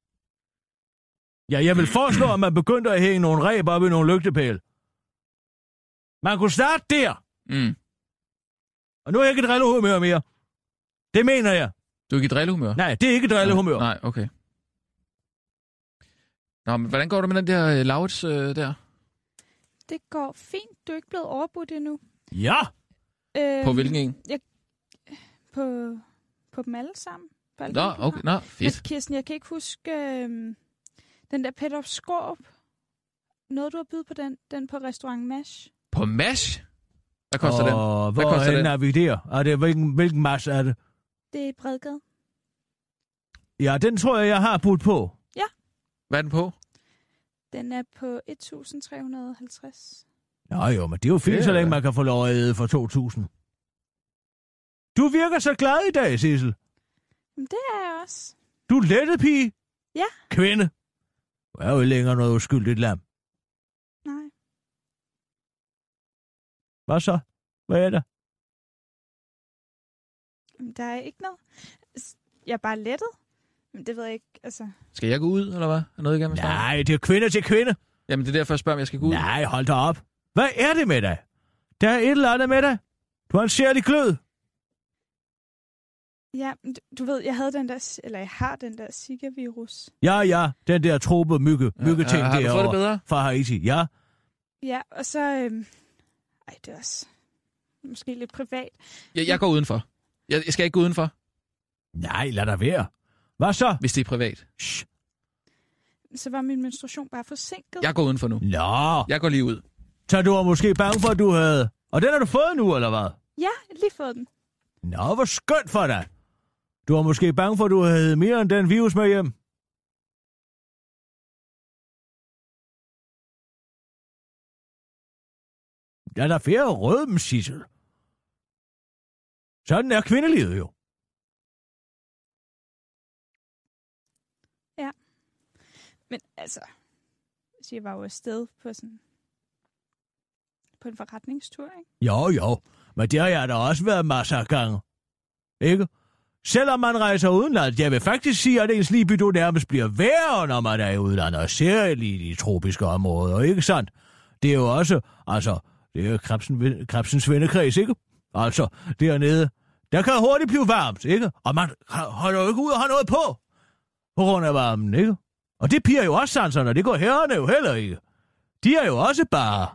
Ja, jeg vil foreslå, at man begyndte at hænge nogle reb op i nogle lygtepæle. Man kunne starte der. Og nu er jeg ikke et drillehumør mere. Det mener jeg. Du er ikke i drillehumør? Nej, det er ikke drillehumør. Nej, okay. Nå, men hvordan går det med den der Lauts der? Det går fint. Du er ikke blevet overbudt endnu. Ja! På hvilken en? På dem alle sammen. Nå, okay. Nå, fedt. Men Kirsten, jeg kan ikke huske den der Peter Skåb. Noget, du har bydet på den på restaurant Mash. På Mash? Hvad koster den? Hvorhen er vi der? Hvilken Mash er det? Det er i Bredgade. Ja, den tror jeg har budt på. Ja. Hvad er den på? Den er på 1.350. Jo, men det er jo fint, så længe man kan få lov at æde for 2.000. Du virker så glad i dag, Sissel. Det er jeg også. Du er lettet, pige. Ja. Kvinde. Du er jo længere noget uskyldigt lam. Nej. Hvad så? Hvad er der? Der er ikke noget. Jeg er bare lettet. Men det ved jeg ikke, altså... Skal jeg gå ud, eller hvad? Er noget, I gerne vil snakke? Nej, det er kvinde til kvinde. Jamen, det er derfor, jeg spørger, om jeg skal gå ud. Nej, hold da op. Hvad er det med dig? Der er et eller andet med dig. Du har en særlig glød. Ja, du ved, jeg har den der Zika-virus. Ja, den der trope myggeting har du fået det bedre? Fra Haiti, ja. Ja, og så... det er også måske lidt privat. Jeg går udenfor. Jeg skal ikke gå udenfor. Nej, lad dig være. Hvad så? Hvis det er privat. Shh. Så var min menstruation bare forsinket. Jeg går udenfor nu. Nå. Jeg går lige ud. Så du var måske bange for, at du havde... Og den har du fået nu, eller hvad? Ja, jeg har lige fået den. Nå, hvor skønt for dig. Du var måske bange for, at du havde mere end den virus med hjem. Der er der flere rødmen, Sissel. Sådan er kvindelivet jo. Ja. Men altså, jeg var jo afsted på en forretningstur, ikke? Jo, men det har jeg da også været masser af gange. Ikke? Selvom man rejser udenlands, jeg vil faktisk sige, at ens libido nærmest bliver værre, når man er i udlandet, og særligt i de tropiske områder, ikke sandt? Det er jo også, det er krebsens vennekreds, ikke? Altså, dernede, der kan hurtigt blive varmt, ikke? Og man holder jo ikke ud og har noget på grund af varmen, ikke? Og det piger jo også sanserne, og det går herrerne jo heller ikke. De er jo også bare...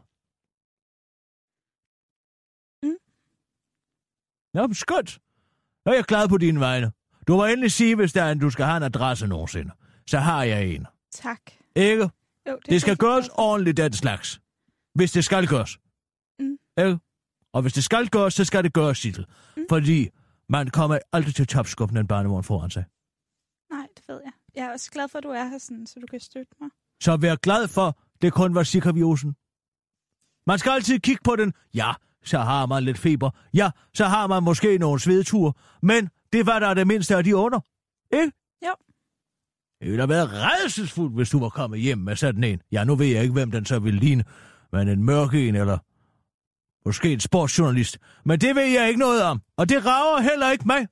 Nå, men skønt. Jeg er glad på dine vegne. Du må endelig sige, hvis der er en, du skal have en adresse nogensinde. Så har jeg en. Tak. Ikke? Jo, det skal gøres ordentligt, den slags. Hvis det skal gøres. Ikke? Og hvis det skal gøres, så skal det gøres, Sissel. Fordi man kommer aldrig til topskubben en barnevogn foran sig. Nej, det ved jeg. Jeg er også glad for, at du er her, sådan, så du kan støtte mig. Så vær glad for, det kun var Zika-virusen. Man skal altid kigge på den. Ja, så har man lidt feber. Ja, så har man måske nogle svedture. Men det var der det mindste af de under. Ikke? Jo. Det ville have været rædselsfuldt, hvis du var kommet hjem med sådan en. Ja, nu ved jeg ikke, hvem den så ville ligne. Men en mørk en, eller måske en sportsjournalist. Men det ved jeg ikke noget om. Og det rager heller ikke mig.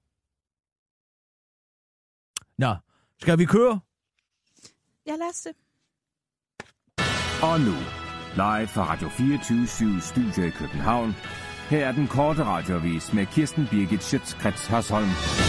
Nå, skal vi køre? Ja, lad os det. Og nu, live fra Radio 24/7 Studio i København. Her er den korte radioavis med Kirsten Birgit Schøtz-Krets Hørsholm.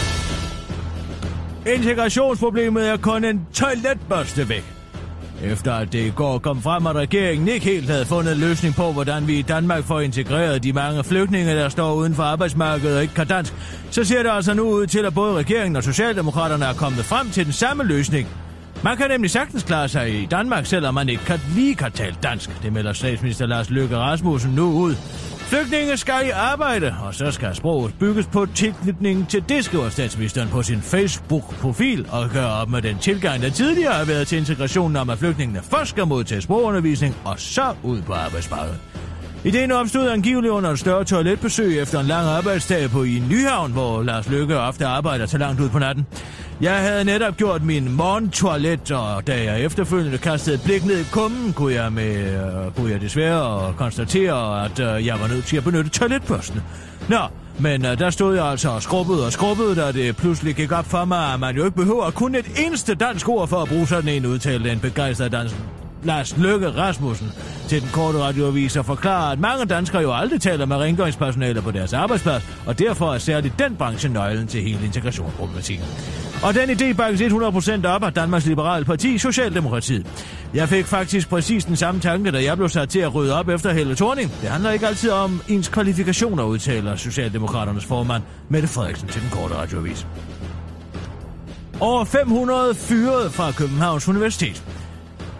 Integrationsproblemet er kun en toiletbørste væk. Efter at det i går kom frem, at regeringen ikke helt havde fundet en løsning på, hvordan vi i Danmark får integreret de mange flygtninge, der står uden for arbejdsmarkedet og ikke kan dansk, så ser det altså nu ud til, at både regeringen og Socialdemokraterne er kommet frem til den samme løsning. Man kan nemlig sagtens klare sig i Danmark, selvom man ikke kan tale dansk. Det melder statsminister Lars Løkke Rasmussen nu ud. Flygtninge skal i arbejde, og så skal sproget bygges på tilknytningen til det, skriver statsministeren på sin Facebook-profil, og gør op med den tilgang, der tidligere har været til integrationen, om at flygtningene først skal modtage sprogundervisning, og så ud på arbejdsmarkedet. Ideen opstod angiveligt under et større toiletbesøg efter en lang arbejdsdag på i Nyhavn, hvor Lars Løkke ofte arbejder til langt ud på natten. Jeg havde netop gjort min morgentoilet, og da jeg efterfølgende kastede et blik ned i kummen, kunne jeg desværre konstatere, at jeg var nødt til at benytte toiletbørsten. Nå, men der stod jeg altså og skrubbede, da det pludselig gik op for mig, at man jo ikke behøver kun et eneste dansk ord for at bruge sådan en, udtalte en begejstret dansk Lars Løkke Rasmussen til den korte radioavis og forklarer, at mange danskere jo aldrig taler med rengøringspersonale på deres arbejdsplads, og derfor er særligt den branche nøglen til hele integrationsproblematikken. Og den idé bakkes 100% op af Danmarks Liberale Parti, Socialdemokratiet. Jeg fik faktisk præcis den samme tanke, da jeg blev sat til at rydde op efter Helle Thorning. Det handler ikke altid om ens kvalifikationer, udtaler Socialdemokraternes formand Mette Frederiksen til den korte radioavis. Over 500 fyret fra Københavns Universitet.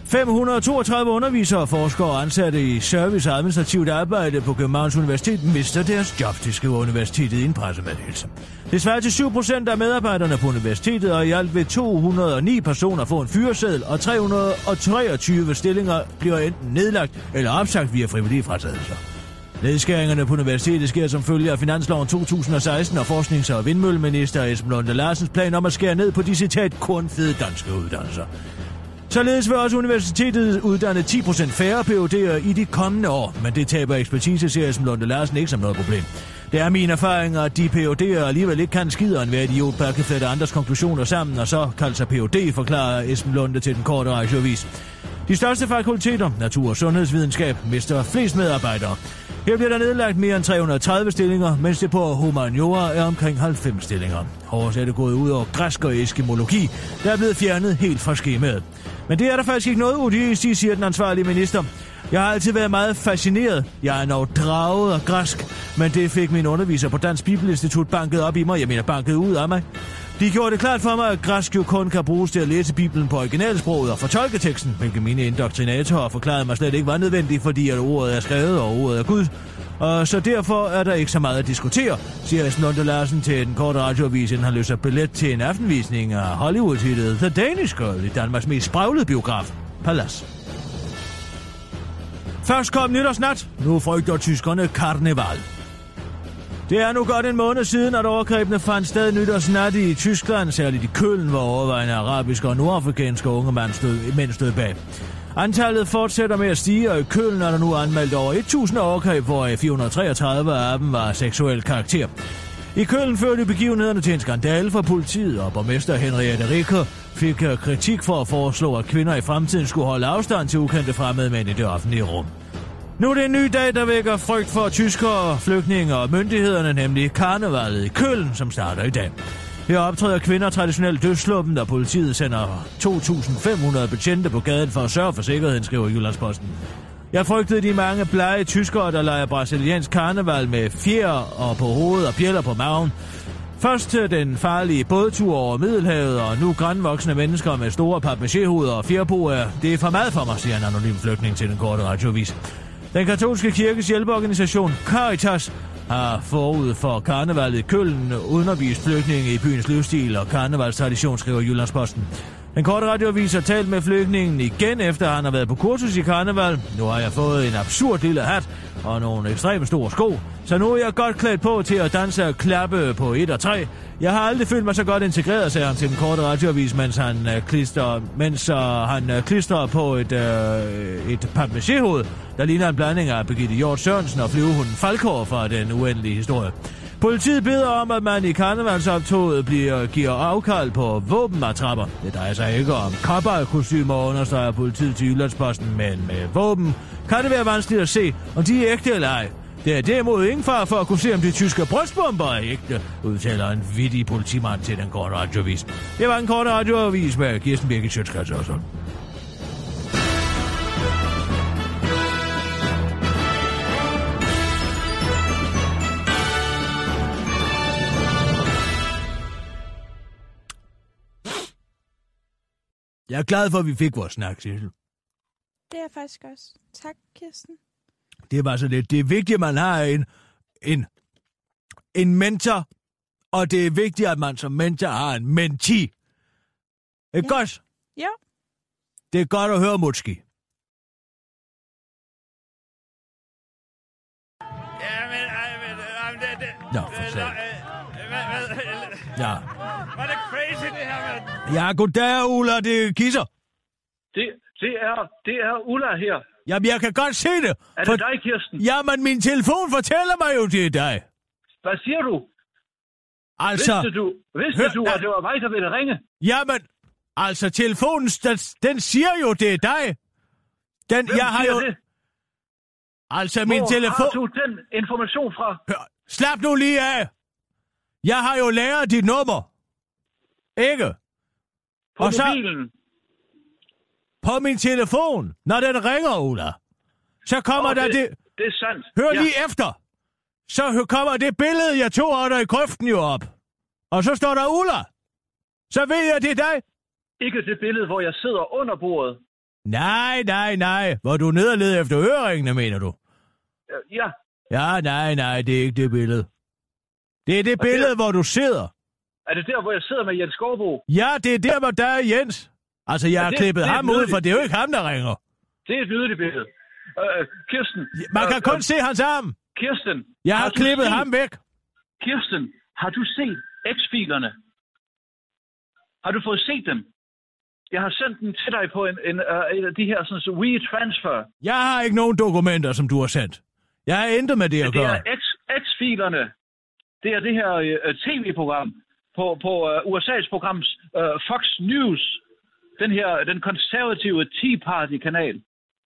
532 undervisere, forskere og ansatte i service- og administrativt arbejde på Københavns Universitet mister deres job, det skriver universitetet i en pressemeddelelse. Det svarer til 7% af medarbejderne på universitetet, og i alt vil 209 personer få en fyreseddel, og 323 stillinger bliver enten nedlagt eller opsagt via frivillige fratagelser. Nedskæringerne på universitetet sker som følge af finansloven 2016 og forsknings- og vindmølleminister Esben Lunde Larsens plan om at skære ned på de citat kornfede danske uddannelser. Således vil også universitetet uddanne 10% færre PhD'er i de kommende år, men det taber ekspertise, siger Esben Lunde Larsen ikke som noget problem. Det er min erfaring, at de PhD'er alligevel ikke kan skide en hver idiot, bare kan flette andres konklusioner sammen, og så kalde sig Ph.D., forklarer Esben Lunde til den korte radioavis. De største fakulteter, natur- og sundhedsvidenskab, mister flest medarbejdere. Her bliver der nedlagt mere end 330 stillinger, mens det på humaniora er omkring 90 stillinger. Hårdest er det gået ud over græsk og eskimologi, der er blevet fjernet helt fra skemaet. Men det er der faktisk ikke noget odiøst i, siger den ansvarlige minister. Jeg har altid været meget fascineret. Jeg er nok draget og græsk, men det fik min underviser på Dansk Bibelinstitut banket op i mig. Jeg mener banket ud af mig. De gjorde det klart for mig, at græsk jo kun kan bruges til at læse Bibelen på originalsproget og fortolke teksten, hvilket mine indoktrinatorer forklarede mig slet ikke var nødvendigt, fordi at ordet er skrevet og ordet er Gud. Og så derfor er der ikke så meget at diskutere, siger Esben Lunde Larsen til den korte radioavis, inden han løser billet til en aftenvisning af Hollywood-hittet The Danish Girl i Danmarks mest spraglede biograf, Palace. Først kom nytårsnat, nu frygter tyskerne karneval. Det er nu godt en måned siden, at overgrebene fandt sted nytårsnat i Tyskland, særligt i Köln, hvor overvejende arabiske og nordafrikanske unge mænd stod bag. Antallet fortsætter med at stige, og i Köln er der nu anmeldt over 1000 overgreb, hvor 433 af dem var seksuel karakter. I Köln førte begivenhederne til en skandale for politiet, og borgmester Henriette Ricker fik kritik for at foreslå, at kvinder i fremtiden skulle holde afstand til ukendte fremmede mænd i det offentlige rum. Nu er det en ny dag, der vækker frygt for tyskere, flygtninge og myndighederne, nemlig karnevalet i Köln, som starter i dag. Her optræder kvinder traditionelt dødsluppen, og politiet sender 2.500 betjente på gaden for at sørge for sikkerheden, skriver Jyllandsposten. Jeg frygtede de mange blege tyskere, der leger brasiliansk karneval med fjer og på hovedet og bjælder på maven. Først den farlige bådtur over Middelhavet, og nu grønvoksne mennesker med store papmaché-hoveder og fjerboer. Det er for meget for mig, siger en anonym flygtning til den korte radioavis. Den katolske kirkes hjælpeorganisation Caritas har forud for karnevalet i Köln undervist flygtninge i byens livsstil og karnevalstradition, skriver Jyllandsposten. Den korte radioavis har talt med flygtningen igen, efter han har været på kursus i karneval. Nu har jeg fået en absurd lille hat og nogle ekstremt store sko, så nu er jeg godt klædt på til at danse og klappe på 1 og 3. Jeg har aldrig følt mig så godt integreret, sagde han til den korte radioavis, mens han klistrer på et papmaché-hoved, der ligner en blanding af Birgitte Hjort Sørensen og flyvehunden Falkår fra Den Uendelige Historie. Politiet beder om, at man i karnevalsoptoget giver afkald på våbenmatrapper. Det drejer sig ikke om cowboy-kostymer, understreger politiet til Jyllandsposten, men med våben kan det være vanskeligt at se, om de er ægte eller ej. Det er derimod ingen far for at kunne se, om de tyske brystbomber er ægte, udtaler en vittig politimand til den korte radioavis. Det var en korte radioavis med Kirsten Birgit Schøtzgrads Hørsholm. Jeg er glad for, at vi fik vores snak, Sissel. Det er jeg faktisk også. Tak, Kirsten. Det var så lidt. Det er vigtigt, at man har en mentor, og det er vigtigt, at man som mentor har en mentee. Ikke godt? Ja. Det er godt at høre, Mutski. Nå, for sat. Ja. Var det crazy, det her, mand? Ja, goddag, Ulla, det er Kisser. Det er Ulla her. Jamen, jeg kan godt se det. Er det dig, Kirsten? Jamen, min telefon fortæller mig jo, det er dig. Hvad siger du? Altså... Vidste du, at det var mig, der ville ringe? Jamen, altså, telefonen, den siger jo, det er dig. Hvem siger det? Altså, min telefon... Hvor har du den information fra? Hør, slap nu lige af. Jeg har jo lært dit nummer. Ikke? På og mobilen? På min telefon, når den ringer, Ulla. Så kommer der det... Det er sandt. Hør lige efter. Så kommer det billede, jeg tog af dig i grøften jo op. Og så står der Ulla. Så ved jeg, det er dig. Ikke det billede, hvor jeg sidder under bordet. Nej. Hvor du nede og leder efter øreringene, mener du? Ja. Ja, nej, det er ikke det billede. Det er det billede, hvor du sidder. Er det der, hvor jeg sidder med Jens Skovbo? Ja, det er der, hvor der er Jens. Altså, jeg har klippet ham ud, for det er jo ikke ham, der ringer. Det er et nydeligt billede. Kirsten. Man kan kun se hans arm. Kirsten. Jeg har klippet ham væk. Kirsten, har du set X-filerne? Har du fået set dem? Jeg har sendt dem til dig på en af de her sådan, WeTransfer. Jeg har ikke nogen dokumenter, som du har sendt. Jeg har intet med det at gøre. Det er X-filerne. Det er det her tv-program på USA's programs Fox News. Den konservative Tea Party-kanal.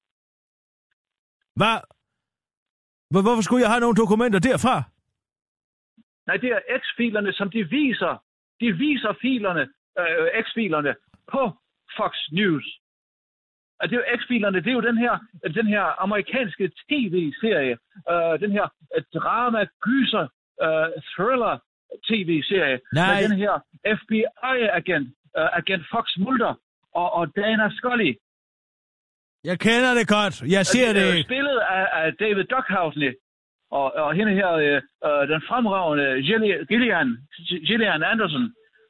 Hvad? Hvorfor skulle jeg have nogle dokumenter derfra? Nej, det er X-filerne, som de viser. De viser filerne, X-filerne på Fox News. Og det er jo X-filerne, det er jo den her amerikanske tv-serie, den her drama-gyser, thriller tv-serie, med den her FBI-agent, agent Fox Mulder og Dana Scully. Jeg kender det godt. Jeg ser det ikke. Spillet af David Duchovny og hende her, den fremragende Gillian Anderson.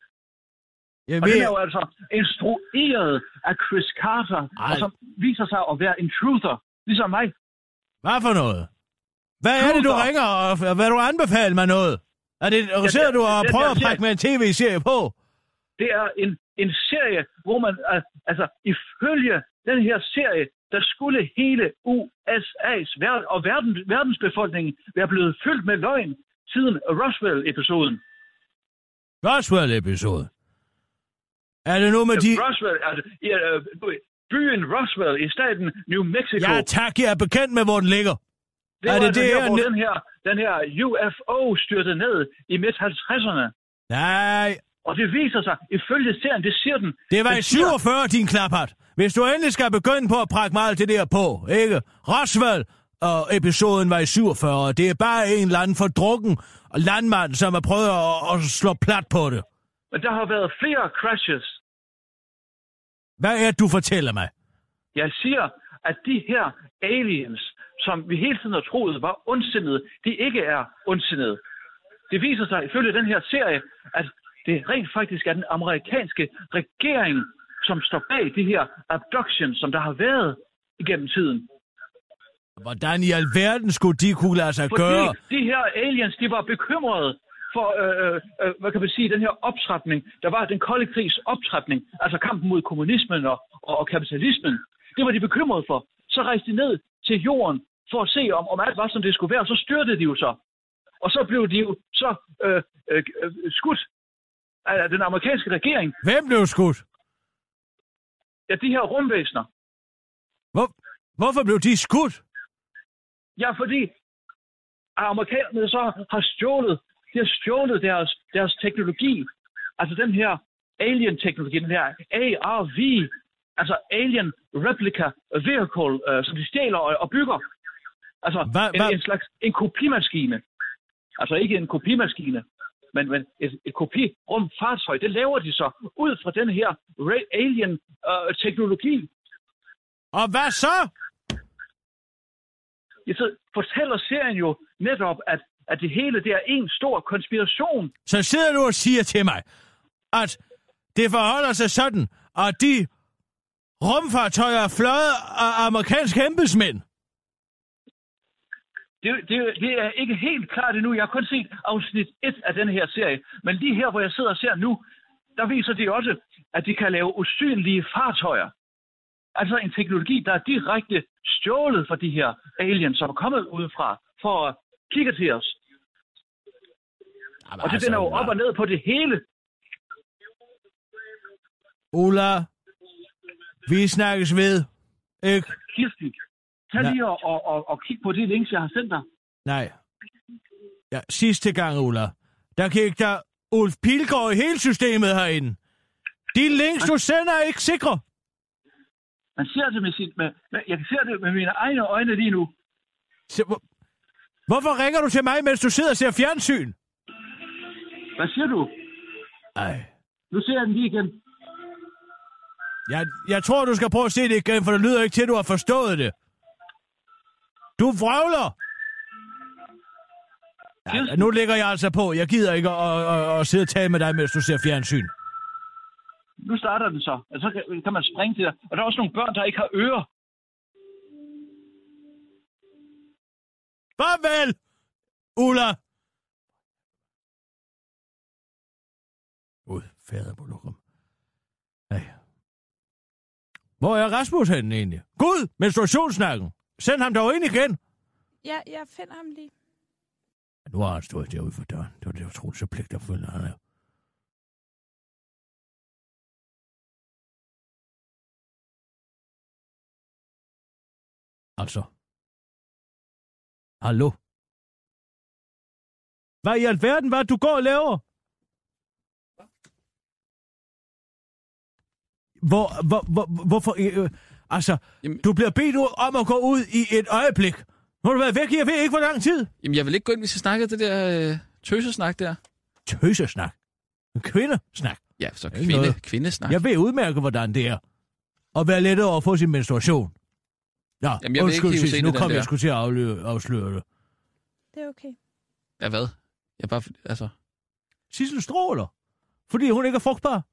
Og den er jo altså instrueret af Chris Carter, og som viser sig at være en truther, ligesom mig. Hvad for noget? Hvad er det, du ringer, og hvad du anbefaler mig noget? Er det, sidder du og prøver at trække med en tv-serie på? Det er en serie, hvor man, altså ifølge den her serie, der skulle hele USA's og verdensbefolkningen være blevet fyldt med løgn siden Roswell-episoden. Roswell-episoden? Er det nu med Roswell, altså, byen Roswell i staten New Mexico. Ja tak, jeg er bekendt med, hvor den ligger. Det er det der, hvor den her UFO styrtede ned i midt-50'erne. Nej. Og det viser sig, ifølge serien, det siger den. Det var i 47, din klaphat. Hvis du endelig skal begynde på at prakke mig alt det der på, ikke? Roswell og episoden var i 47. Det er bare en eller anden fordrukken landmand, som har prøvet at slå plat på det. Men der har været flere crashes. Hvad er det, du fortæller mig? Jeg siger, at de her aliens, som vi hele tiden har troet var ondsindede, de ikke er ondsindede. Det viser sig ifølge den her serie, at det rent faktisk er den amerikanske regering, som står bag de her abductions, som der har været igennem tiden. Hvordan i alverden skulle de kunne lade sig gøre? Fordi de her aliens, de var bekymrede for, hvad kan man sige, den her optrapning. Der var den kolde krigs optrapning, altså kampen mod kommunismen og kapitalismen. Det var de bekymrede for. Så rejste de ned til jorden for at se, om alt var, som det skulle være. Så styrtede de jo så. Og så blev de jo så skudt af den amerikanske regering. Hvem blev skudt? Ja, de her rumvæsener. Hvorfor blev de skudt? Ja, fordi amerikanerne så har stjålet deres teknologi. Altså den her alien-teknologi, den her ARV, altså Alien Replica Vehicle, som de stjæler og bygger. Altså en slags en kopimaskine. Altså ikke en kopimaskine, men et kopirumfartøj. Det laver de så ud fra den her alien-teknologi. Og hvad så? Jeg fortæller serien jo netop, at det hele det er en stor konspiration. Så sidder du og siger til mig, at det forholder sig sådan, at de rumfartøjer er fløjet af amerikanske embedsmænd. Det er ikke helt klart endnu. Jeg har kun set afsnit 1 af denne her serie. Men lige her, hvor jeg sidder og ser nu, der viser de også, at de kan lave usynlige fartøjer. Altså en teknologi, der er direkte stjålet fra de her aliens, som er kommet udefra for at kigge til os. Jamen, og det er jo op og ned på det hele. Ulla, vi snakkes ved. Ikke? Kirsten, tag lige og kig på de links, jeg har sendt dig. Nej. Ja, sidste gang, Ulla. Der gik der Ulf Pilgaard i hele systemet herinde. De links, du sender, er ikke sikre. Man ser det jeg kan se det med mine egne øjne lige nu. Hvorfor ringer du til mig, mens du sidder og ser fjernsyn? Hvad siger du? Ej. Nu ser jeg den lige igen. Jeg tror, du skal prøve at se det igen, for det lyder ikke til, at du har forstået det. Du vrøvler! Ja, nu ligger jeg altså på. Jeg gider ikke at sidde og tale med dig, mens du ser fjernsyn. Nu starter den så. Og så kan man springe til det. Og der er også nogle børn, der ikke har ører. Farvel, Ulla! Gud, fader på lukum. Nej. Hvor er Rasmus henne egentlig? Gud, menstruationssnakken! Send ham dog ind igen! Ja, jeg finder ham lige. Nu har han stået derude for døren. Det var det, jeg troede, så pligtopfyldende han er. Altså. Hallo? Hvad i alverden var det, du går og laver? Hvorfor? Altså, du bliver bedt om at gå ud i et øjeblik. Nu har du været væk, jeg ved ikke, hvor lang tid. Jamen, jeg vil ikke gå ind, hvis jeg snakker det der tøsesnak der. Tøsesnak? Kvindesnak? Ja, så kvindesnak. Jeg ved udmærke, hvordan det er. At være lettere over at få sin menstruation. Ja, jamen, jeg undskyld, vil ikke nu kom jeg sgu til at afsløre det. Det er okay. Ja, hvad? Jeg bare, altså... Sissel stråler, fordi hun ikke er frugtbar.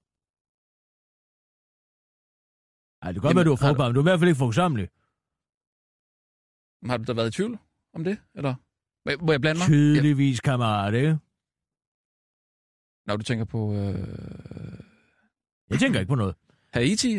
Nej, det kan godt være, du er frugtbar, men du er i hvert fald ikke frugtsamlig. Har du da været i tvivl om det, eller? Må jeg blande mig? Tydeligvis, kammerat, ikke? Nå, du tænker på... Jeg tænker ikke på noget. Haiti?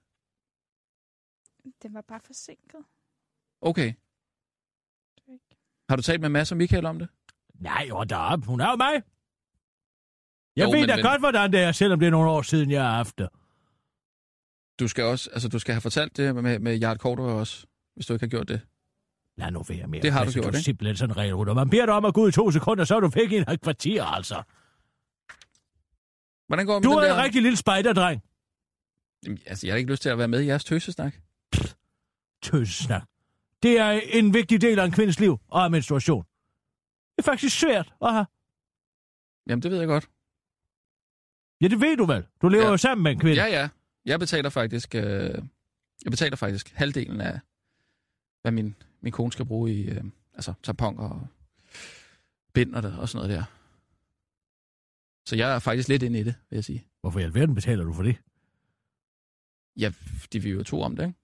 Den var bare forsinket. Okay. Har du talt med Mads og Michael om det? Nej, hold da op. Hun er jo mig. Jeg ved da godt, hvordan det er, selvom det er nogle år siden, jeg har haft det. Du skal også, altså du skal have fortalt det med Jart Korter også, hvis du ikke har gjort det. Lad nu være mere. Det har du gjort, ikke? Simpelthen sådan en regelrytter. Man beder dig om at gå ud i 2 sekunder, så er du væk i en kvarter, altså. Hvordan går det med den der? Du er en rigtig lille spejderdreng. Jamen, altså, jeg har ikke lyst til at være med i jeres tøsesnak. Tøsesnak. Det er en vigtig del af en kvindes liv og af menstruation. Det er faktisk svært at have. Jamen, det ved jeg godt. Ja, det ved du vel. Du lever jo sammen med en kvinde. Ja. Jeg betaler faktisk halvdelen af, hvad min kone skal bruge i altså tamponer og binder og sådan noget der. Så jeg er faktisk lidt inde i det, vil jeg sige. Hvorfor i alverden betaler du for det? Ja, det vi jo 2 om det, ikke?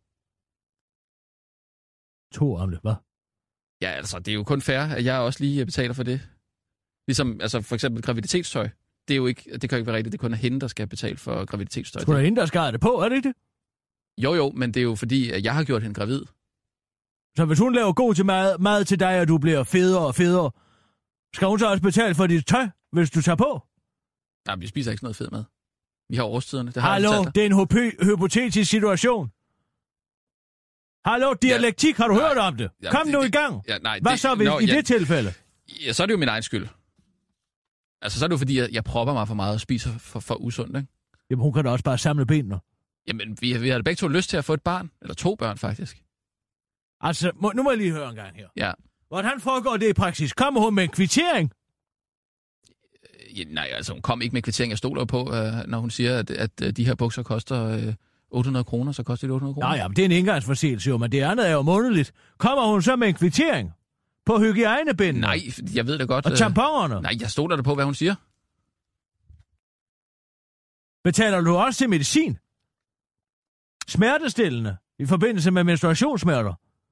2 om det, hvad? Ja, altså, det er jo kun fair, at jeg også lige betaler for det. Ligesom, altså, for eksempel graviditetstøj. Det er jo ikke, det kan jo ikke være rigtigt, det er kun hende, der skal betale for graviditetstøj. Skulle der hende, der skal have det på, er det ikke det? Jo, men det er jo fordi, at jeg har gjort hende gravid. Så hvis hun laver god til mad til dig, og du bliver federe og federe, skal hun så også betale for dit tøj, hvis du tager på? Nej, vi spiser ikke sådan noget fed mad. Vi har årstiderne. Det Hallo, det er en hypotetisk situation. Hallo, dialektik, har du hørt om det? Kom nu i gang. Ja, hvad så i det tilfælde? Ja, så er det jo min egen skyld. Altså, så er det jo fordi, jeg propper mig for meget og spiser for usundt, ikke? Jamen, hun kan da også bare samle benene. Jamen, vi har da begge 2 lyst til at få et barn. Eller 2 børn, faktisk. Altså, nu må jeg lige høre en gang her. Ja. Hvordan foregår det i praksis? Kommer hun med en kvittering? Ja, nej, altså, hun kom ikke med kvittering. Jeg stoler på, når hun siger, at de her bukser koster 800 kroner, så koster det 800 kroner. Nej, men det er en engangsforseelse jo, men det andet er jo månedligt. Kommer hun så med en kvittering? På hygiejnebinden? Nej, jeg ved det godt. Og tamponerne? Nej, jeg stoler det på, hvad hun siger. Betaler du også til medicin? Smertestillende i forbindelse med menstruationssmerter?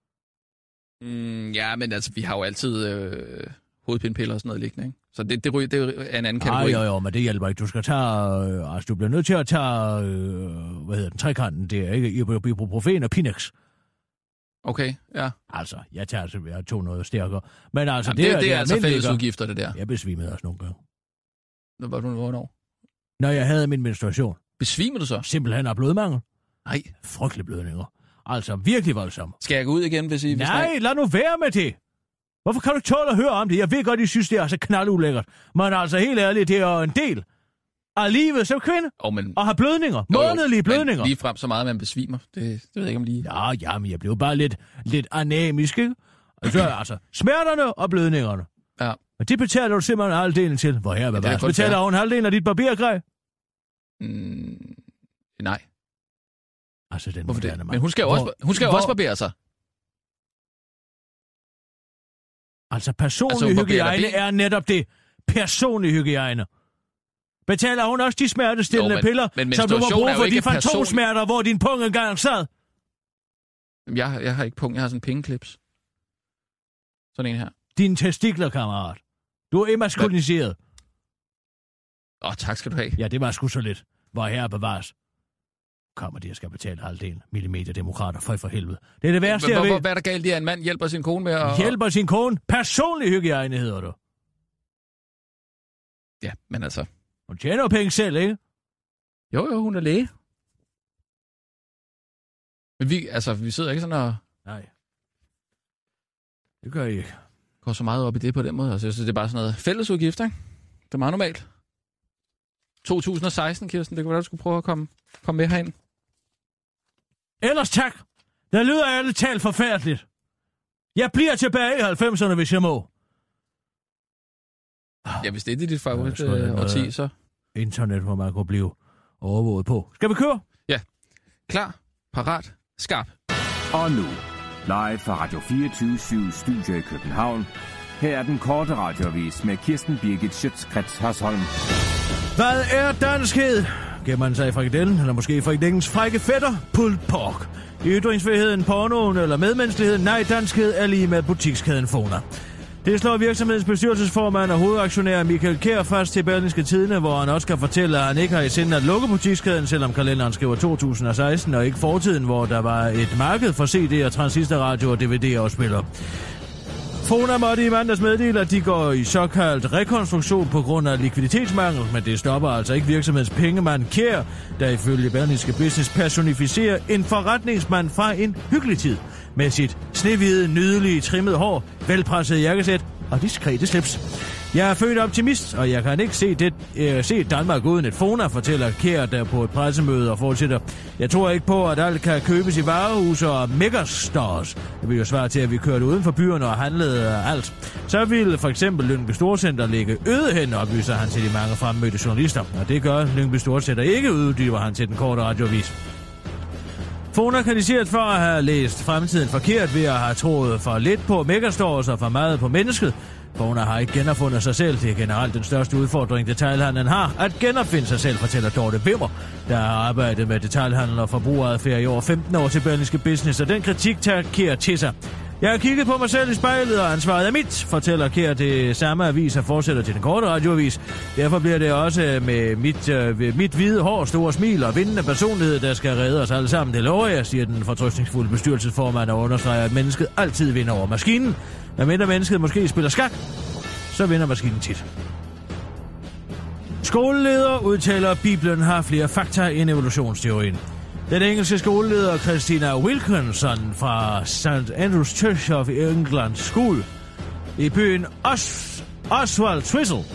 Ja, men altså, vi har jo altid hovedpinepiller og sådan noget liggende, ikke? Så det er jo en anden kategori. Jo, men det hjælper ikke. Du skal tage, altså du bliver nødt til at tage, trekanten der, ikke? Ibuprofen og Pinex. Okay, ja. Altså, jeg tog noget stærkere. Men altså, jamen, det er altså fællesudgifter, det der. Jeg besvimede også nogle gange. Var du hvornår? Når jeg havde min menstruation. Besvimede du så? Simpelthen af blodmangel. Nej. Frygtelige blødninger. Altså, virkelig voldsomt. Skal jeg gå ud igen, hvis I... Nej, lad nu være med det. Hvorfor kan du ikke tåle at høre om det? Jeg ved godt, I synes, det er så knaldulækkert. Men altså, helt ærligt, det er en del af livet som kvinde. Og have blødninger. Månedlige blødninger. Men lige frem så meget, man besvimer. Det ved jeg ikke om lige... Ja, men jeg blev bare lidt anæmisk, ikke? Altså, smerterne og blødningerne. Ja. Og det betaler du simpelthen halvdelen til. Hvor her, hvad betaler hun halvdelen af dit barbergrej? Nej. Altså den Hvorfor det? moderne mand. Men hun skal jo også barbere sig. Altså personlig hygiejne er netop det. Personlig hygiejne. Betaler hun også de smertestillende piller, som du må bruge for de fantomsmerter, hvor din pung engang sad? Jeg har ikke pung, jeg har sådan en pengeklips. Sådan en her. Dine testikler, kammerat. Du er emaskuliniseret. Tak skal du have. Ja, det var sgu så lidt. Hvor herre bevares. Kommer de, jeg skal betale halvdelen. Millimeterdemokrater, for helvede. Det er det værste, jeg ved. Hvad er der galt i, at en mand hjælper sin kone med at... Hjælper sin kone? Personlig hygiejne hedder du. Ja, men altså... Hun tjener jo penge selv, ikke? Jo, hun er læge. Men vi sidder ikke sådan og... Nej. Det gør I ikke. Går så meget op i det på den måde. Altså, jeg synes, det er bare sådan noget fællesudgift, ikke? Det er meget normalt. 2016, Kirsten, det kunne være, du skulle prøve at komme med herind. Ellers tak. Det lyder ærligt talt forfærdeligt. Jeg bliver tilbage i 90'erne, hvis jeg må. Ja, hvis det er dit favorit årti, så... Internet, hvor man kunne blive overvåget på. Skal vi køre? Ja. Klar, parat, skarp. Og nu, live fra Radio 24/7 Studio i København. Her er den korte radioavis med Kirsten Birgit Schøtz-Krets Hørsholm. Hvad er danskhed? Gemmer man sig i frikadellen, eller måske i frikadellens frække fætter? Pulled pork. Ytringsfriheden, pornoen eller medmenneskeligheden? Nej, danskhed er lige med butikskæden Fona. Det slår virksomhedens bestyrelsesformand og hovedaktionær Michael Kjær fast til Berlingske Tidende, hvor han også kan fortælle, at han ikke har i sinde at lukke butikskæden, selvom kalenderen skriver 2016, og ikke fortiden, hvor der var et marked for CD'er, transistorradio og DVD-afspillere. Fona måtte i mandags meddele, at de går i såkaldt rekonstruktion på grund af likviditetsmangel, men det stopper altså ikke virksomhedens pengemand Kjær, der ifølge Berlingske Business personificerer en forretningsmand fra en hyggelig tid, med sit snehvide, nydelige, trimmede hår, velpresset jakkesæt og diskrete slips. Jeg er født optimist, og jeg kan ikke se Danmark uden et Fona, fortæller Kjær der på et pressemøde og fortsætter. Jeg tror ikke på, at alt kan købes i varehuse og megastores. Det vil jo svare til, at vi kørte uden for byerne og handlede alt. Så ville for eksempel Lyngby Storcenter ligge øde hen, oplyser han til de mange fremmødte journalister. Og det gør Lyngby Storcenter ikke, uddyber han til den korte radioavis. Fona kritiseret for at have læst fremtiden forkert ved at have troet for lidt på megastores og for meget på mennesket. Fona har ikke genopfundet sig selv. Det er generelt den største udfordring, detailhandlen har. At genopfinde sig selv, fortæller Dorte Wimmer, der har arbejdet med detailhandel og forbrugeradfærd i over 15 år til Berlingske Business, og den kritik tager Kjær til sig. Jeg har kigget på mig selv i spejlet, og ansvaret er mit, fortæller Kjær til samme avis og fortsætter til den korte radioavis. Derfor bliver det også med mit hvide hår, store smil og vindende personlighed, der skal redde os alle sammen. Det lover jeg, siger den fortrøstningsfulde bestyrelsesformand og understreger, at mennesket altid vinder over maskinen. Når mindre mennesket måske spiller skak, så vinder maskinen tit. Skoleleder udtaler, at Bibelen har flere fakta end evolutionsteorien. Den engelske skoleleder Christina Wilkinson fra St. Andrews Church of England School i byen Oswald Twistle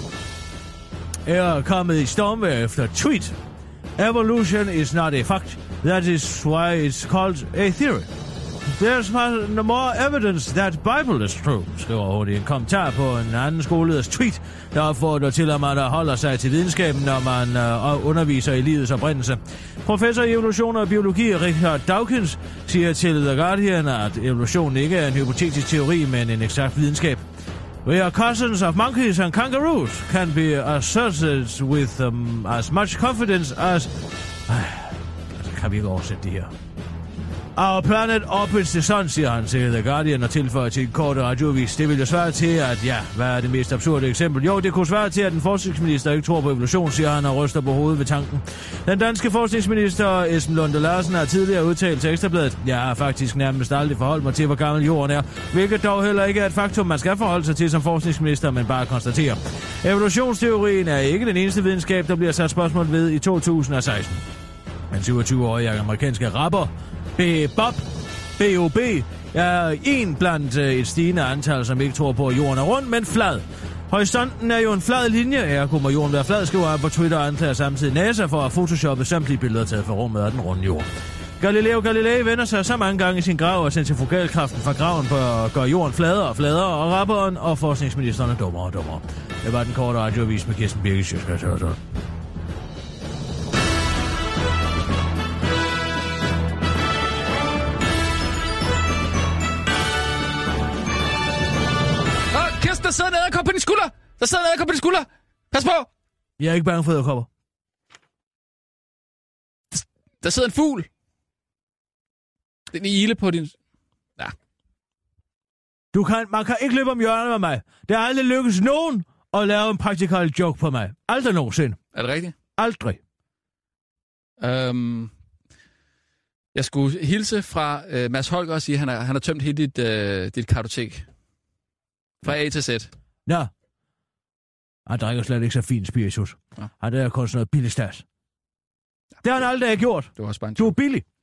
er kommet i stormvejr efter tweet. Evolution is not a fact. That is why it's called a theory. There's more evidence that Bible is true, skriver hun i en kommentar på en anden skoleleders tweet, der opfordrer til, at man holder sig til videnskaben, når man underviser i livets oprindelse. Professor i evolution og biologi Richard Dawkins siger til The Guardian, at evolution ikke er en hypotetisk teori, men en eksakt videnskab. We are cousins of monkeys and kangaroos, can be asserted with as much confidence as... kan vi ikke oversætte det her? Our planet orbits the sun, siger han til The Guardian og tilføjer til en kort radioavis. Det vil jo svare til, at hvad er det mest absurde eksempel? Jo, det kunne svare til, at den forskningsminister ikke tror på evolution, siger han og ryster på hovedet ved tanken. Den danske forskningsminister Esben Lunde Larsen har tidligere udtalt til Ekstrabladet: jeg har faktisk nærmest aldrig forholdt mig til, hvor gammel jorden er, hvilket dog heller ikke er et faktum, man skal forholde sig til som forskningsminister, men bare konstatere. Evolutionsteorien er ikke den eneste videnskab, der bliver sat spørgsmål ved i 2016. Den 27-årige amerikanske rapper B.O.B. er en blandt et stigende antal, som ikke tror på, at jorden er rund, men flad. Horisonten er jo en flad linje, ergo må jorden være flad, skriver han på Twitter og anklager samtidig NASA for at photoshoppe samtlige billeder taget fra rummet af den runde jord. Galileo Galilei vender sig så mange gange i sin grav, og centrifugalkraften fra graven gør jorden fladere og fladere, og rapperen og forskningsministeren er dummere og dummere. Det var den korte radioavis med Kirsten Birgit Schøtz-Krets Hørsholm. sidder en edderkop på din skulder! Der sidder en edderkop på din skulder! Pas på! Jeg er ikke bange for edderkopper. Der sidder en fugl. Den ile på din... Ja. Man kan ikke løbe om hjørnet med mig. Det har aldrig lykkes nogen at lave en practical joke på mig. Aldrig nogensinde. Er det rigtigt? Aldrig. Jeg skulle hilse fra Mads Holger og sige, at han har tømt hele dit kartotek. Fra A til Z. Ja. Han drikker slet ikke så fin spiritus. Ja. Han er kun sådan noget billig stas. Det har han aldrig gjort. Det var også bare en du er billig.